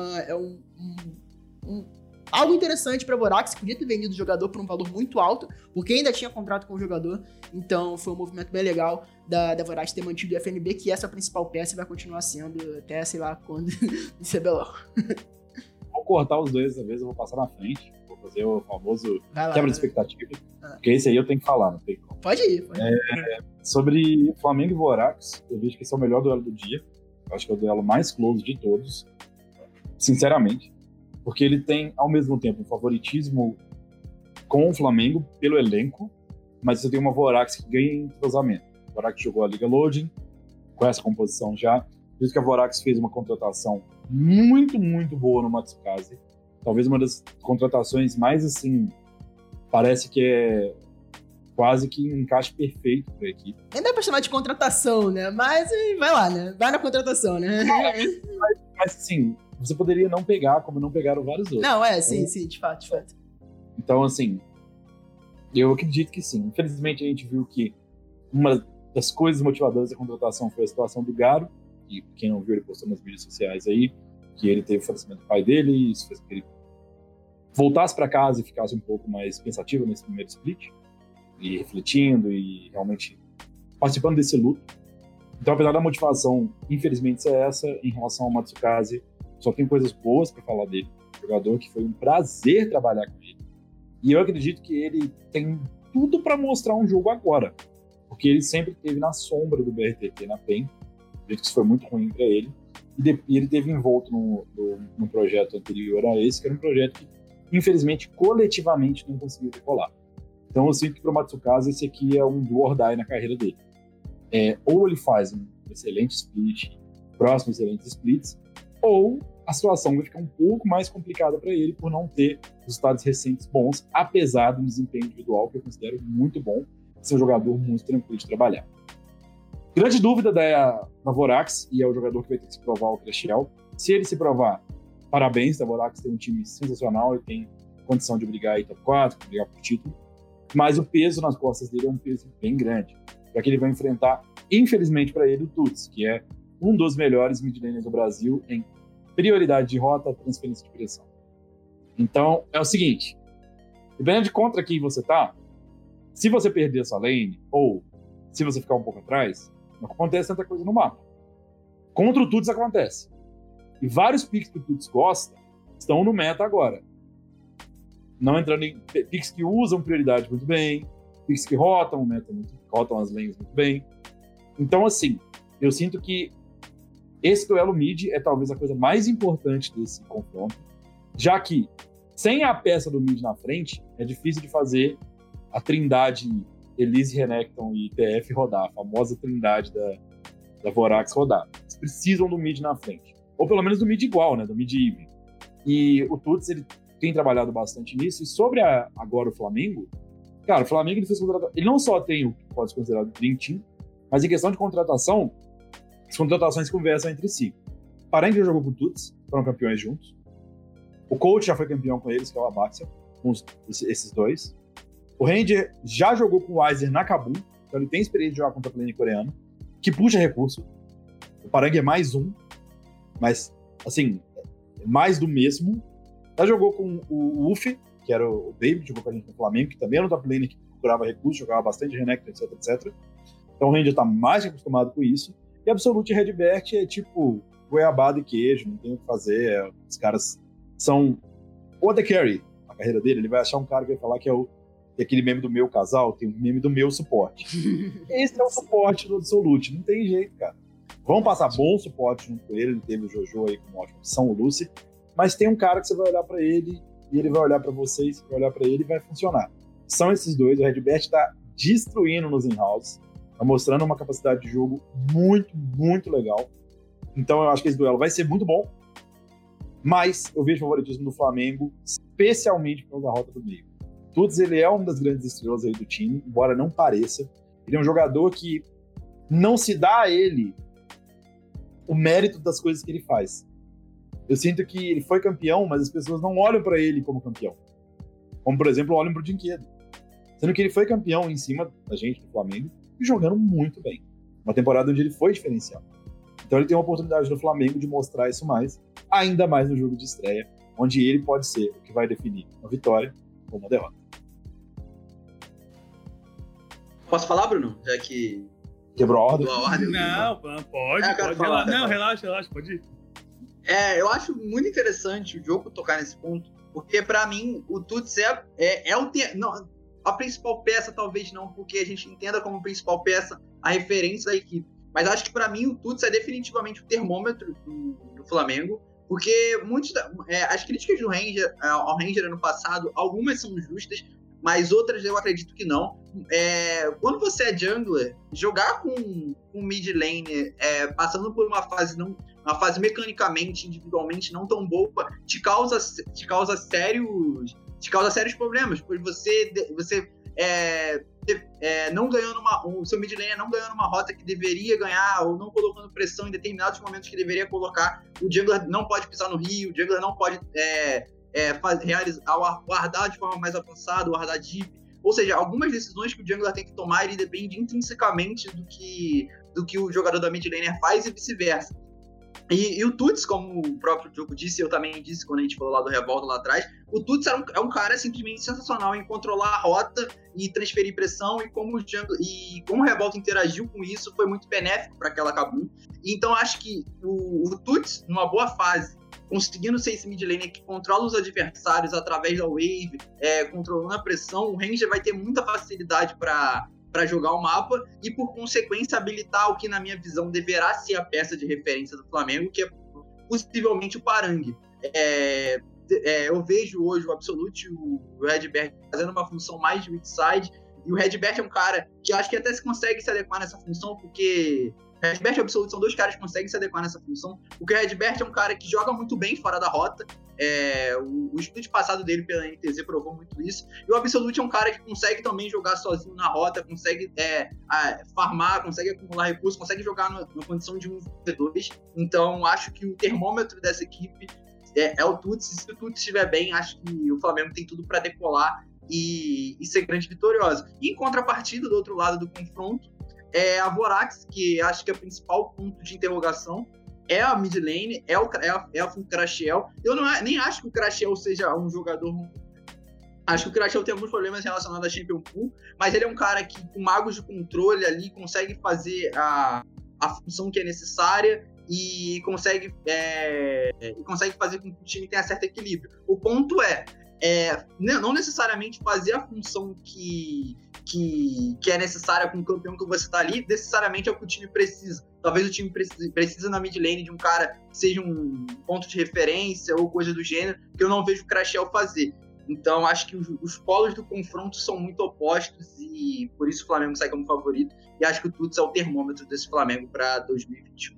algo interessante para a Vorax. Podia ter vendido o jogador por um valor muito alto, porque ainda tinha contrato com o jogador. Então foi um movimento bem legal da Vorax ter mantido o FNB, que é a sua principal peça e vai continuar sendo até sei lá quando no CBLOL. Vou cortar os dois dessa vez, eu vou passar na frente. Vou fazer o famoso quebra de expectativa. Porque esse aí eu tenho que falar, não tem como. Pode ir. Sobre Flamengo e Vorax, eu vejo que esse é o melhor duelo do dia. Eu acho que é o duelo mais close de todos, sinceramente. porque ele tem, ao mesmo tempo, um favoritismo com o Flamengo pelo elenco, mas você tem uma Vorax que ganha em entrosamento. A Vorax jogou a Liga Loading, com essa composição já. Por isso que a Vorax fez uma contratação muito, muito boa no Matsukaze. Talvez uma das contratações mais, assim, parece que é quase que um encaixe perfeito para a equipe. Nem dá pra chamar de contratação, né? Mas vai lá, né? Vai na contratação, né? Mas assim, você poderia não pegar, como não pegaram vários outros. Não, sim, de fato. Então, assim, eu acredito que sim. Infelizmente, a gente viu que uma das coisas motivadoras da contratação foi a situação do Garo, e quem não viu, ele postou nas mídias sociais aí, que ele teve o falecimento do pai dele, e isso fez com que ele voltasse para casa e ficasse um pouco mais pensativo nesse primeiro split, e refletindo e realmente participando desse luto. Então, apesar da motivação, infelizmente, ser essa, em relação ao Matsukaze, só tem coisas boas para falar dele. Um jogador que foi um prazer trabalhar com ele. E eu acredito que ele tem tudo para mostrar um jogo agora, porque ele sempre esteve na sombra do BRTT na PEN, que isso foi muito ruim para ele, e ele teve envolto num projeto anterior a esse, que era um projeto que, infelizmente, coletivamente não conseguiu decolar. Então eu sinto que para o Matsukaze esse aqui é um do or die na carreira dele. Ou ele faz um excelente split, próximo excelentes splits, ou a situação vai ficar um pouco mais complicada para ele por não ter resultados recentes bons, apesar do desempenho individual que eu considero muito bom, ser um jogador muito tranquilo de trabalhar. Grande dúvida da Vorax, e é o jogador que vai ter que se provar o Crashel. Se ele se provar, parabéns, a Vorax tem um time sensacional e tem condição de brigar aí top 4, brigar por título, mas o peso nas costas dele é um peso bem grande, já que ele vai enfrentar, infelizmente para ele, o Tuts, que é um dos melhores mid laners do Brasil em prioridade de rota, transferência de pressão. Então, é o seguinte, dependendo de contra quem você tá, se você perder a sua lane, ou se você ficar um pouco atrás, não acontece tanta coisa no mapa. Contra o Tuts acontece. E vários picks que o Tuts gosta estão no meta agora. Não entrando em picks que usam prioridade muito bem, picks que rotam o meta rotam as lanes muito bem. Então, assim, eu sinto que esse duelo mid é talvez a coisa mais importante desse confronto, já que sem a peça do mid na frente, é difícil de fazer a trindade Elise, Renekton e TF rodar, a famosa trindade da Vorax rodar. Eles precisam do mid na frente. Ou pelo menos do mid igual, né? Do mid even. E o Tuts, ele tem trabalhado bastante nisso. E sobre agora o Flamengo, cara, o Flamengo ele não só tem o que pode ser considerado Dream Team, mas em questão de contratação, as contratações conversam entre si. O Parang já jogou com o Tuts, foram campeões juntos. O Coach já foi campeão com eles, que é o Abaxia, com esses dois. O Ranger já jogou com o Weiser na Kabum, então ele tem experiência de jogar contra a plane coreano, que puxa recurso. O Parang é mais um, mas, assim, mais do mesmo. Já jogou com o Uff, que era o David, jogou com a gente no Flamengo, que também era um top laner que procurava recurso, jogava bastante Renekton, etc, etc. Então o Ranger tá mais que acostumado com isso. E Absolute e Redbert é tipo goiabada e queijo, não tem o que fazer. Os caras são o The Carry, a carreira dele. Ele vai achar um cara que vai falar que é aquele meme do meu casal, tem um meme do meu suporte. Esse é o suporte do Absolute, não tem jeito, cara. Vão passar bom suporte junto com ele teve o Jojo aí com uma ótima opção, o Lucy, mas tem um cara que você vai olhar pra ele, e ele vai olhar pra vocês, você vai olhar pra ele e vai funcionar. São esses dois, o Redbert tá destruindo nos in-house, tá mostrando uma capacidade de jogo muito, muito legal. Então eu acho que esse duelo vai ser muito bom, mas eu vejo o favoritismo do Flamengo, especialmente por causa da rota do meio. Tuts, ele é uma das grandes estrelas aí do time, embora não pareça. Ele é um jogador que não se dá a ele o mérito das coisas que ele faz. Eu sinto que ele foi campeão, mas as pessoas não olham pra ele como campeão. Como, por exemplo, olham pro Dinquedo. Sendo que ele foi campeão em cima da gente, do Flamengo, e jogando muito bem. Uma temporada onde ele foi diferencial. Então ele tem uma oportunidade no Flamengo de mostrar isso mais, ainda mais no jogo de estreia, onde ele pode ser o que vai definir uma vitória ou uma derrota. Posso falar, Bruno? Já que... Quebrou a ordem? Não, pode. Não, relaxa, pode ir. Eu acho muito interessante o jogo tocar nesse ponto, porque pra mim o Tuts não, a principal peça, talvez não, porque a gente entenda como principal peça a referência da equipe. Mas acho que pra mim o Tuts é definitivamente o termômetro do Flamengo, Porque as críticas ao Ranger ano passado, algumas são justas, mas outras eu acredito que não. Quando você é jungler, jogar com mid lane, passando por uma fase mecanicamente, individualmente não tão boa, te causa sérios problemas, pois você não ganhando o seu mid lane não ganhando uma rota que deveria ganhar, ou não colocando pressão em determinados momentos que deveria colocar. O jungler não pode pisar no rio, o jungler não pode realizar o wardar de forma mais avançada, o wardar deep. Ou seja, algumas decisões que o jungler tem que tomar, ele depende intrinsecamente do que o jogador da mid laner faz e vice-versa. E o Tuts, como o próprio Diogo disse, eu também disse quando a gente falou lá do Revolta lá atrás, o Tuts é um cara simplesmente sensacional em controlar a rota e transferir pressão, e como o Revolta interagiu com isso foi muito benéfico para aquela Kabum. Então acho que o Tuts, numa boa fase, conseguindo ser esse mid laner que controla os adversários através da wave, controlando a pressão, o Ranger vai ter muita facilidade para jogar o mapa e, por consequência, habilitar o que, na minha visão, deverá ser a peça de referência do Flamengo, que é possivelmente o Parangue. Eu vejo hoje o Absolute e o Redbert fazendo uma função mais de weak side, e o Redbert é um cara que acho que até consegue se adequar nessa função, porque Redbert e o Absolute são dois caras que conseguem se adequar nessa função, porque o Redbert é um cara que joga muito bem fora da rota. O split passado dele pela NTZ provou muito isso, e o Absolute é um cara que consegue também jogar sozinho na rota, consegue farmar, consegue acumular recursos, consegue jogar numa condição de 1v2. Então acho que o termômetro dessa equipe é o Tuts, e se o Tuts estiver bem, acho que o Flamengo tem tudo para decolar e ser grande vitorioso. E em contrapartida, do outro lado do confronto, a Vorax, que acho que é o principal ponto de interrogação, é a mid lane, é o Crashiel. Eu nem acho que o Crashiel seja um jogador... Acho que o Crashiel tem alguns problemas relacionados a Champion Pool, mas ele é um cara que, com magos de controle ali, consegue fazer a função que é necessária e consegue fazer com que o time tenha certo equilíbrio. O ponto não necessariamente fazer a função que é necessária com o campeão que você está ali, necessariamente é o que o time precisa. Talvez o time precise na mid lane de um cara que seja um ponto de referência ou coisa do gênero, que eu não vejo o Crashiel fazer. Então, acho que os polos do confronto são muito opostos e por isso o Flamengo sai como favorito. E acho que o Tuts é o termômetro desse Flamengo para 2021.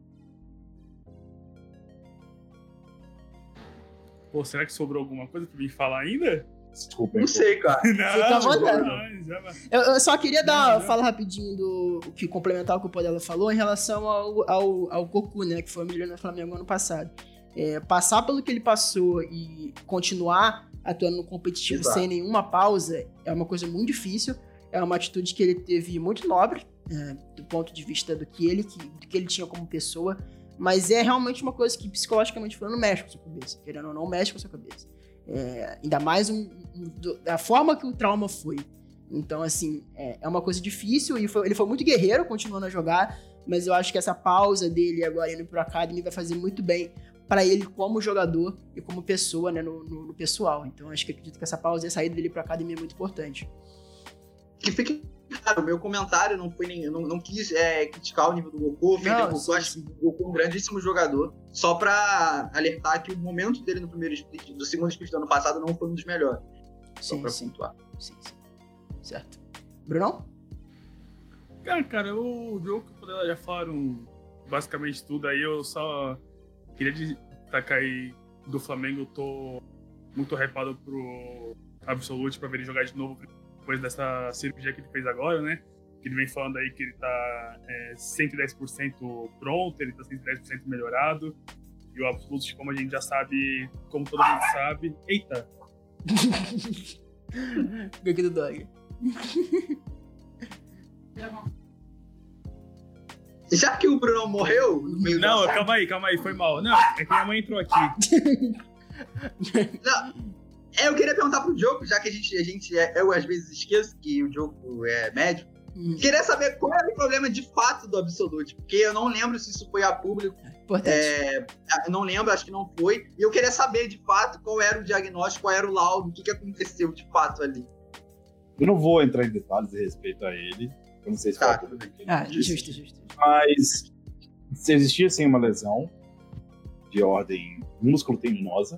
Pô, será que sobrou alguma coisa pra mim falar ainda? Desculpa. Não sei, cara. Fica à vontade. Eu só queria falar rapidinho que complementar o que o Podela falou em relação ao Goku, né, que foi o melhor no Flamengo ano passado. Passar pelo que ele passou e continuar atuando no competitivo sem nenhuma pausa é uma coisa muito difícil. É uma atitude que ele teve muito nobre, do ponto de vista do que ele tinha como pessoa, mas é realmente uma coisa que, psicologicamente falando, mexe com a sua cabeça. Querendo ou não, mexe com a sua cabeça. Ainda mais da forma que o trauma foi. Então, assim, é uma coisa difícil e ele foi muito guerreiro continuando a jogar, mas eu acho que essa pausa dele agora indo pro Academy vai fazer muito bem para ele como jogador e como pessoa, né, no pessoal. Então, acredito que essa pausa e a saída dele pro Academy é muito importante. Que fique claro, o meu comentário não foi não quis criticar o nível do Goku. Eu acho que o Goku é um grandíssimo jogador. Só pra alertar que o momento dele no primeiro split, do segundo split do ano passado, não foi um dos melhores. Só pra pontuar. Sim. Certo. Brunão? Cara, o Diogo e o Podela já falaram basicamente tudo aí. Eu só queria destacar aí do Flamengo. Eu tô muito hypado pro Absolute pra ver ele jogar de novo depois dessa cirurgia que ele fez agora, né? Ele vem falando aí que ele tá 110% pronto, ele tá 110% melhorado. E o Absolute, como a gente já sabe, como todo mundo sabe... Eita! Gangue do Dog. Já que o Bruno morreu... Não, calma aí, foi mal. Não, é que minha mãe entrou aqui. Não... eu queria perguntar pro Diogo, já que eu às vezes esqueço que o Diogo é médico. Queria saber qual era o problema de fato do Absolute, porque eu não lembro se isso foi a público. Eu não lembro, acho que não foi. E eu queria saber de fato qual era o diagnóstico, qual era o laudo, o que aconteceu de fato ali. Eu não vou entrar em detalhes a respeito a ele. Eu não sei se foi a público. Justo. Mas se existia sim uma lesão de ordem músculo-tendinosa.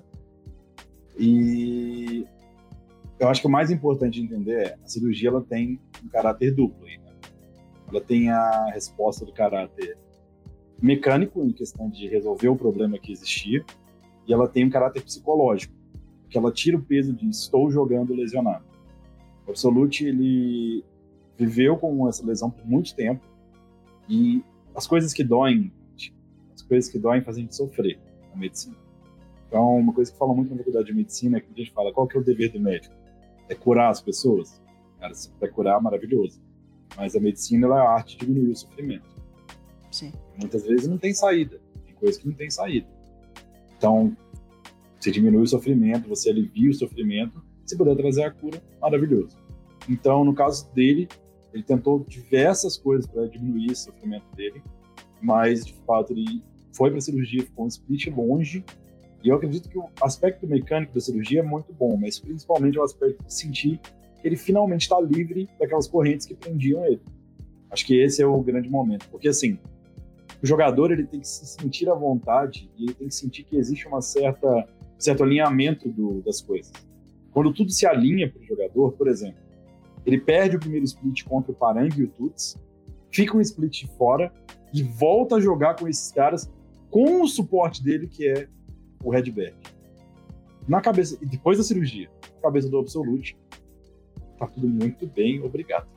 E eu acho que o mais importante de entender é a cirurgia ela tem um caráter duplo. Né? Ela tem a resposta do caráter mecânico, em questão de resolver o problema que existia, e ela tem um caráter psicológico, que ela tira o peso de estou jogando lesionado. O Absolute, ele viveu com essa lesão por muito tempo, e as coisas que doem fazem a gente sofrer na medicina. Então, uma coisa que fala muito na faculdade de medicina é que a gente fala, qual que é o dever do médico? É curar as pessoas? Cara, se puder curar, maravilhoso. Mas a medicina, ela é a arte de diminuir o sofrimento. Sim. Muitas vezes não tem saída. Tem coisa que não tem saída. Então, você diminui o sofrimento, você alivia o sofrimento. Se puder trazer a cura, maravilhoso. Então, no caso dele, ele tentou diversas coisas para diminuir esse sofrimento dele, mas, de fato, ele foi para a cirurgia, ficou um split longe. E eu acredito que o aspecto mecânico da cirurgia é muito bom, mas principalmente o aspecto de sentir que ele finalmente está livre daquelas correntes que prendiam ele. Acho que esse é o grande momento. Porque, assim, o jogador ele tem que se sentir à vontade e ele tem que sentir que existe certo alinhamento das coisas. Quando tudo se alinha para o jogador, por exemplo, ele perde o primeiro split contra o Parang e o Tuts, fica um split fora e volta a jogar com esses caras com o suporte dele, que é o Redbert. Na cabeça, e depois da cirurgia, na cabeça do Absolute, tá tudo muito bem, obrigado.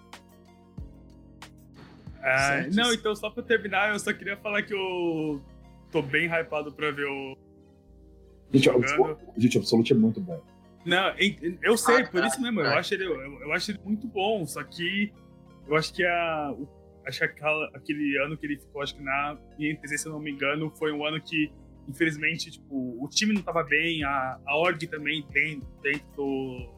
Não, então só pra terminar, eu só queria falar que eu tô bem hypado pra ver o... Gente, o Absolute é muito bom. Não, eu sei, por isso mesmo, eu acho ele muito bom, só que eu acho que aquele ano que ele ficou, acho que na INTZ, se eu não me engano, foi um ano que, infelizmente, tipo, o time não tava bem, a org também dentro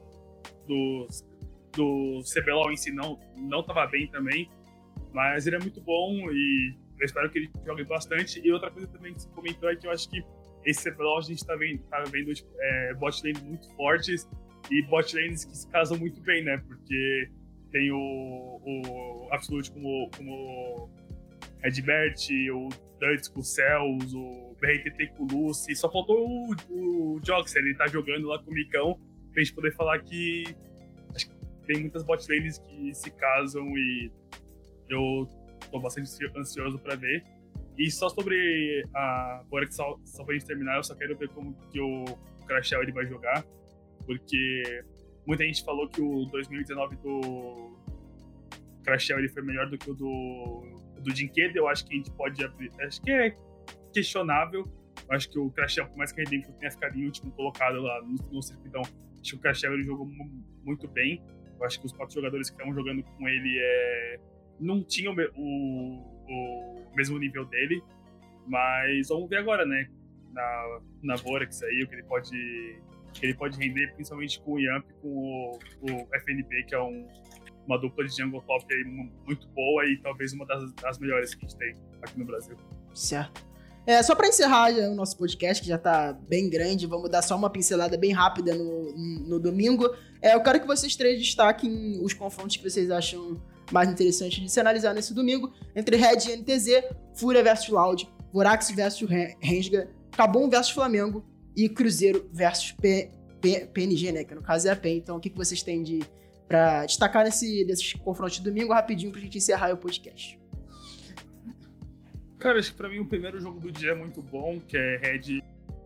do CBLOL em si não tava bem também, mas ele é muito bom e eu espero que ele jogue bastante. E outra coisa também que você comentou é que eu acho que esse CBLOL a gente tá vendo tipo, bot lanes muito fortes e bot lanes que se casam muito bem, né? Porque tem o Absolute como Redbert, o Duds com o Cells, o BRTT com o Lucy. Só faltou o Jox, ele tá jogando lá com o Micão, pra gente poder falar que acho que tem muitas bot lanes que se casam e eu tô bastante ansioso pra ver. E só sobre agora que só pra gente terminar, eu só quero ver como que o Crashel ele vai jogar, porque muita gente falou que o 2019 do Crashel ele foi melhor do que o do Jinked. Eu acho que a gente pode abrir, acho que é questionável. Eu acho que o Crashel, por mais que a Redemption tenha ficado em último colocado lá no circuitão, acho que o Crashel ele jogou muito bem. Eu acho que os 4 jogadores que estavam jogando com ele não tinham o mesmo nível dele, mas vamos ver agora, né, na Vorax aí, o que ele pode render, principalmente com o Yamp, com o FNP, que é uma dupla de jungle top aí muito boa e talvez uma das melhores que a gente tem aqui no Brasil. Certo. Só para encerrar o nosso podcast, que já tá bem grande, vamos dar só uma pincelada bem rápida no domingo. Eu quero que vocês 3 destaquem os confrontos que vocês acham mais interessantes de se analisar nesse domingo, entre Red e NTZ, Fúria versus Loud, Vorax versus Rensga, Kabum versus Flamengo e Cruzeiro versus PNG, né, que no caso é a PEN. Então, o que vocês têm pra destacar desses confrontos de domingo, rapidinho, pra gente encerrar o podcast? Cara, acho que pra mim o primeiro jogo do dia é muito bom, que é Red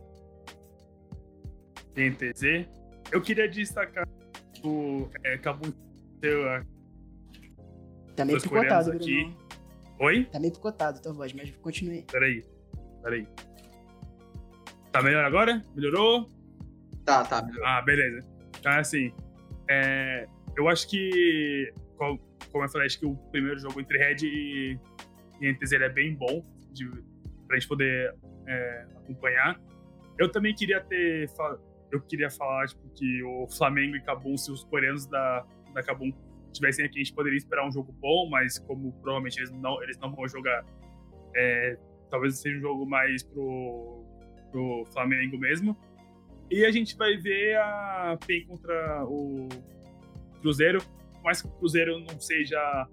e NTZ. Eu queria destacar o Kabum tá meio picotado, aqui. Bruno. Oi? Tá meio picotado tua voz, mas continue. Peraí. Tá melhor agora? Melhorou? Tá, melhorou. Ah, beleza. Então, assim, eu acho que, como eu falei, acho que o primeiro jogo entre Red e NTZ é bem bom pra gente poder acompanhar. Eu também queria falar tipo, que o Flamengo e Kabum, se os coreanos da Kabum tivessem aqui, a gente poderia esperar um jogo bom, mas como provavelmente eles não vão jogar, talvez seja um jogo mais pro Flamengo mesmo. E a gente vai ver a PEN contra o Cruzeiro, mas que o Cruzeiro não seja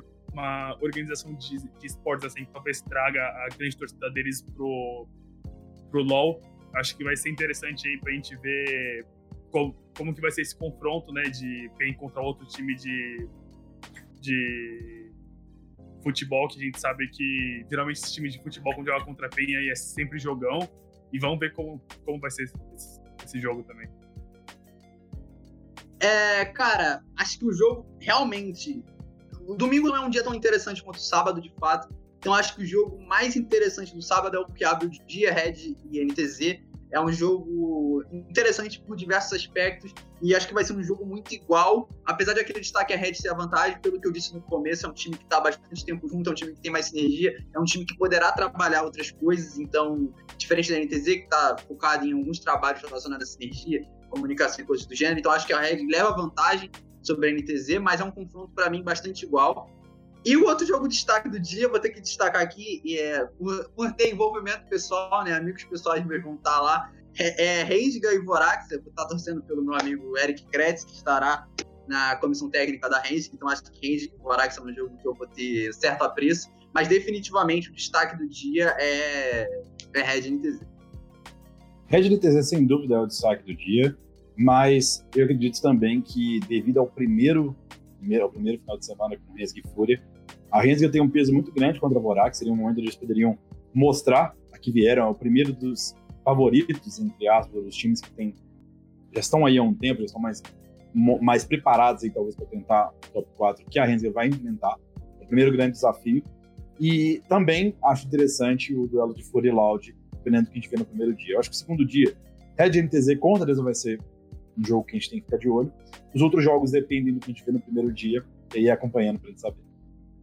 uma organização de esportes assim, que talvez traga a grande torcida deles pro LoL. Acho que vai ser interessante aí pra gente ver como que vai ser esse confronto, né, de PEN contra outro time de futebol, que a gente sabe que geralmente esses times de futebol, quando joga contra PEN, aí é sempre jogão. E vamos ver como vai ser esse jogo também. Cara, acho que o jogo realmente... O domingo não é um dia tão interessante quanto o sábado, de fato. Então acho que o jogo mais interessante do sábado é o que abre o dia, Red e NTZ. É um jogo interessante por diversos aspectos e acho que vai ser um jogo muito igual. Apesar de acreditar que a Red tem a vantagem, pelo que eu disse no começo, é um time que está há bastante tempo junto, é um time que tem mais sinergia, é um time que poderá trabalhar outras coisas. Então, diferente da NTZ, que está focada em alguns trabalhos relacionados à sinergia, comunicação e coisas do gênero. Então, acho que a Red leva vantagem sobre a NTZ, mas é um confronto, para mim, bastante igual. E o outro jogo de destaque do dia, vou ter que destacar aqui, por ter envolvimento pessoal, né? Amigos pessoais meus vão estar lá. Rensga e Vorax, eu vou estar torcendo pelo meu amigo Eric Kretz, que estará na comissão técnica da Rensga. Então acho que Rensga e Vorax é um jogo que eu vou ter certo apreço. Mas definitivamente o destaque do dia é Red NTZ. Red NTZ, sem dúvida, é o destaque do dia. Mas eu acredito também que, devido ao primeiro final de semana com Rensga e Fúria, a Rensga tem um peso muito grande contra a Vorax. Seria um momento onde eles poderiam mostrar a que vieram. É o primeiro dos favoritos, entre aspas, dos times que já estão aí há um tempo, já estão mais preparados aí, talvez, para tentar o top 4 que a Rensga vai implementar. É o primeiro grande desafio. E também acho interessante o duelo de Fúria e Loud, dependendo do que a gente vê no primeiro dia. Eu acho que o segundo dia, Red NTZ com certeza vai ser um jogo que a gente tem que ficar de olho. Os outros jogos dependem do que a gente vê no primeiro dia e ir acompanhando pra gente saber.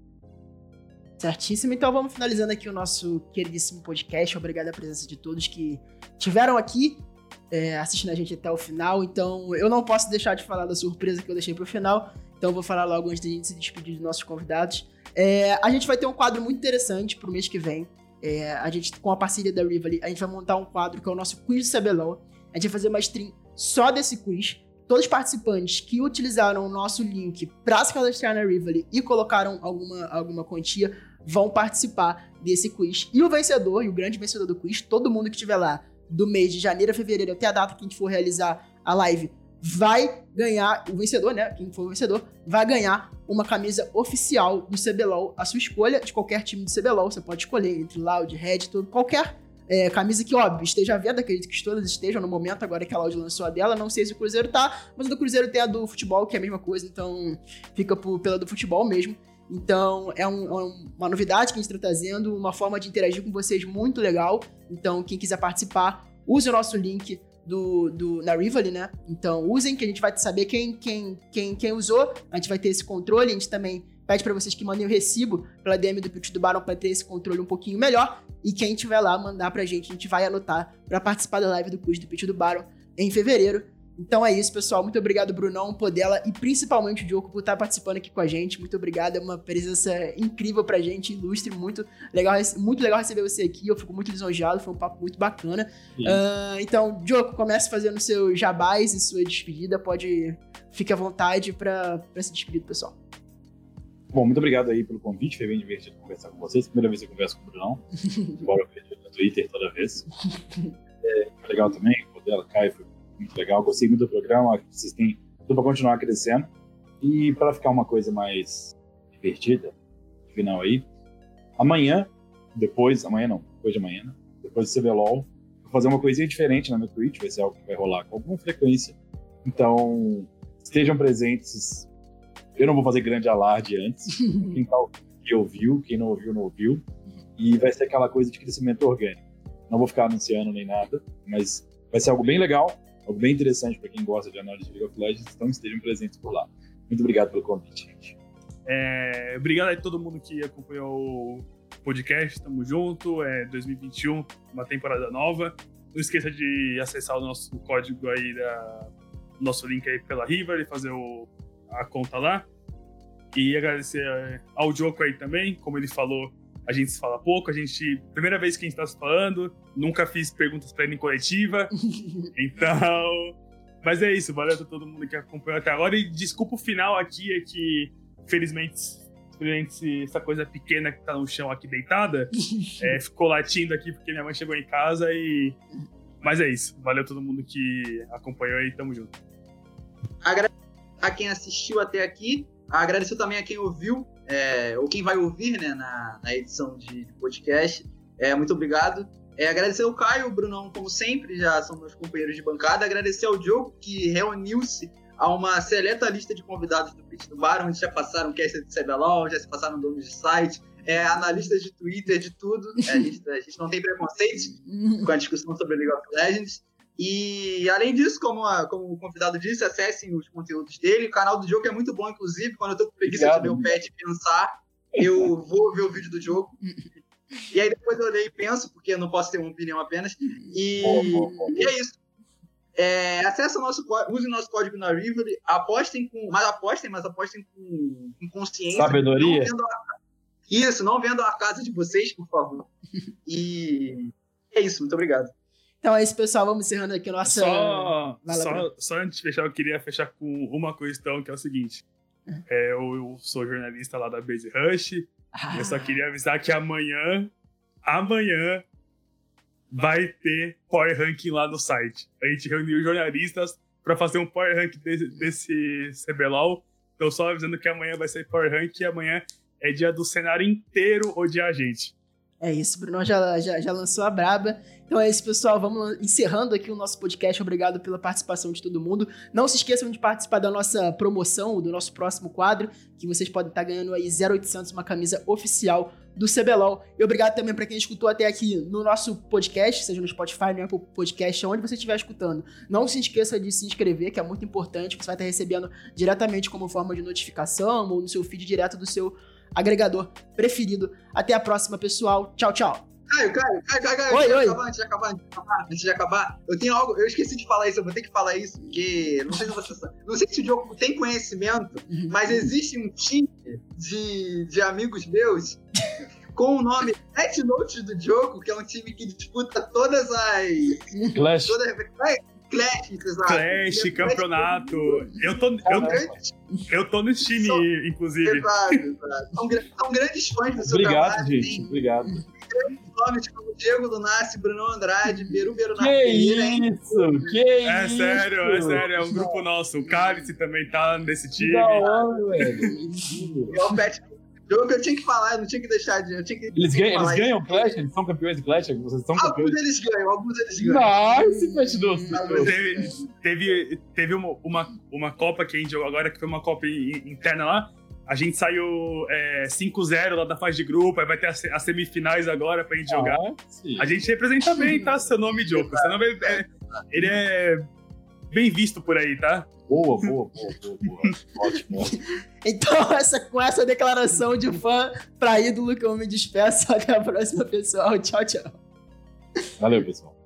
Certíssimo. Então vamos finalizando aqui o nosso queridíssimo podcast. Obrigado à presença de todos que estiveram aqui assistindo a gente até o final. Então eu não posso deixar de falar da surpresa que eu deixei pro final. Então eu vou falar logo antes da gente se despedir dos nossos convidados. A gente vai ter um quadro muito interessante pro mês que vem. A gente, com a parceria da Rivali, a gente vai montar um quadro que é o nosso quiz do CBLOL. A gente vai fazer uma stream só desse quiz. Todos os participantes que utilizaram o nosso link para se cadastrar na Rivali e colocaram alguma quantia vão participar desse quiz. E o vencedor, e o grande vencedor do quiz, todo mundo que estiver lá do mês de janeiro a fevereiro até a data que a gente for realizar a live, vai ganhar, o vencedor, né? Quem for o vencedor, vai ganhar uma camisa oficial do CBLOL. A sua escolha de qualquer time do CBLOL, você pode escolher entre Loud, Red, qualquer camisa que, óbvio, esteja à venda, acredito que todas estejam no momento, agora que a Loud lançou a dela. Não sei se o Cruzeiro tá, mas o do Cruzeiro tem a do futebol, que é a mesma coisa, então fica pela do futebol mesmo. Então é uma novidade que a gente está trazendo, uma forma de interagir com vocês muito legal. Então quem quiser participar, use o nosso link na Rivali, né? Então usem, que a gente vai saber quem usou, a gente vai ter esse controle. A gente também pede para vocês que mandem o recibo pela DM do Pitch do Barão para ter esse controle um pouquinho melhor. E quem tiver lá, mandar pra gente, a gente vai anotar para participar da live do quiz do Pitch do Barão em fevereiro. Então é isso, pessoal. Muito obrigado, Brunão, Podela e principalmente o Diogo por estar participando aqui com a gente. Muito obrigado. É uma presença incrível pra gente, ilustre, muito legal receber você aqui. Eu fico muito lisonjeado, foi um papo muito bacana. Então, Diogo, comece fazendo seus jabás e sua despedida. Fique à vontade pra se despedir do pessoal. Bom, muito obrigado aí pelo convite. Foi bem divertido conversar com vocês. Primeira vez que eu converso com o Brunão. Embora eu veja no Twitter toda vez. Foi legal também. O Podela, Caio, foi muito legal, gostei muito do programa, acho que vocês têm tudo para continuar crescendo. E para ficar uma coisa mais divertida, no final aí, depois de amanhã, né? Depois do CBLOL, vou fazer uma coisinha diferente na minha Twitch, vai ser algo que vai rolar com alguma frequência. Então, estejam presentes. Eu não vou fazer grande alarde antes. Quem tá ouviu, quem não ouviu, não ouviu. E vai ser aquela coisa de crescimento orgânico. Não vou ficar anunciando nem nada, mas vai ser algo bem legal, algo bem interessante para quem gosta de análise de League of Legends, então estejam presentes por lá. Muito obrigado pelo convite, gente. Obrigado a todo mundo que acompanhou o podcast, tamo junto, 2021, uma temporada nova. Não esqueça de acessar o nosso código aí, nosso link aí pela Rivali, fazer a conta lá. E agradecer ao Diogo aí também, como ele falou, a gente se fala pouco, primeira vez que a gente tá se falando, nunca fiz perguntas pra ele em coletiva, então... Mas é isso, valeu a todo mundo que acompanhou até agora, e desculpa o final aqui, é que, felizmente, essa coisa pequena que tá no chão aqui deitada, ficou latindo aqui porque minha mãe chegou em casa e... Mas é isso. Valeu todo mundo que acompanhou aí, tamo junto. Agradeço a quem assistiu até aqui, agradeço também a quem ouviu, ou quem vai ouvir, né, na edição de podcast. Muito obrigado. Agradecer ao Caio, o Brunão, como sempre, já são meus companheiros de bancada. Agradecer ao Diogo, que reuniu-se a uma seleta lista de convidados do Pitch do Bar, onde já passaram caster de CBLOL, já se passaram donos de site, analistas de Twitter, de tudo. A gente não tem preconceito com a discussão sobre League of Legends. E, além disso, como o convidado disse, acessem os conteúdos dele. O canal do Diogo é muito bom, inclusive. Quando eu tô com preguiça de ver o pet e pensar, eu vou ver o vídeo do Diogo. E aí depois eu leio e penso, porque eu não posso ter uma opinião apenas. E é isso. Acesse use o nosso código na Rivalry, apostem com consciência. Sabedoria. Não vendam a casa de vocês, por favor. E é isso, muito obrigado. Então é isso, pessoal, vamos encerrando aqui a nossa... Só antes de fechar, eu queria fechar com uma questão, que é o seguinte. Eu sou jornalista lá da Base Rush, e eu só queria avisar que amanhã vai ter Power Ranking lá no site. A gente reuniu jornalistas para fazer um Power Ranking desse CBLOL. Então, só avisando que amanhã vai ser Power Ranking e amanhã é dia do cenário inteiro odiar a gente. É isso, Bruno já lançou a braba. Então é isso, pessoal. Vamos encerrando aqui o nosso podcast. Obrigado pela participação de todo mundo. Não se esqueçam de participar da nossa promoção, do nosso próximo quadro, que vocês podem estar ganhando aí 0800, uma camisa oficial do CBLOL. E obrigado também para quem escutou até aqui no nosso podcast, seja no Spotify, no Apple Podcast, onde você estiver escutando. Não se esqueça de se inscrever, que é muito importante. Você vai estar recebendo diretamente como forma de notificação ou no seu feed direto do seu agregador preferido. Até a próxima, pessoal. Tchau, tchau. Caio, Oi. Antes de acabar, eu tenho algo, eu esqueci de falar isso, eu vou ter que falar isso, porque não sei se o Diogo tem conhecimento, mas existe um time de amigos meus com o nome Pet Note do Diogo, que é um time que disputa todas as... Clash. Clash, campeonato. Eu tô nesse time, inclusive. Exato. São grandes fãs do seu trabalho. Obrigado, gente. Obrigado. Grandes nomes como Diego Lunassi, Bruno Andrade, Beru na Que isso? É sério. É um grupo nosso. O Cálice também tá nesse time. Da hora, velho. É o Pet Jogo que eu tinha que falar, eu não tinha que deixar de... Eles ganham Clash? Eles são campeões de Clash? Vocês são campeões? Alguns eles ganham. Nice, Pet Doce. Teve uma Copa que a gente jogou agora, que foi uma Copa interna lá. A gente saiu 5-0 lá da fase de grupo, aí vai ter as semifinais agora pra gente jogar. Sim. A gente representa bem, tá? Seu nome, Diogo. Seu nome ele é bem visto por aí, tá? Boa. Ótimo. Então, com essa declaração de fã pra ídolo que eu me despeço. Até a próxima, pessoal. Tchau. Valeu, pessoal.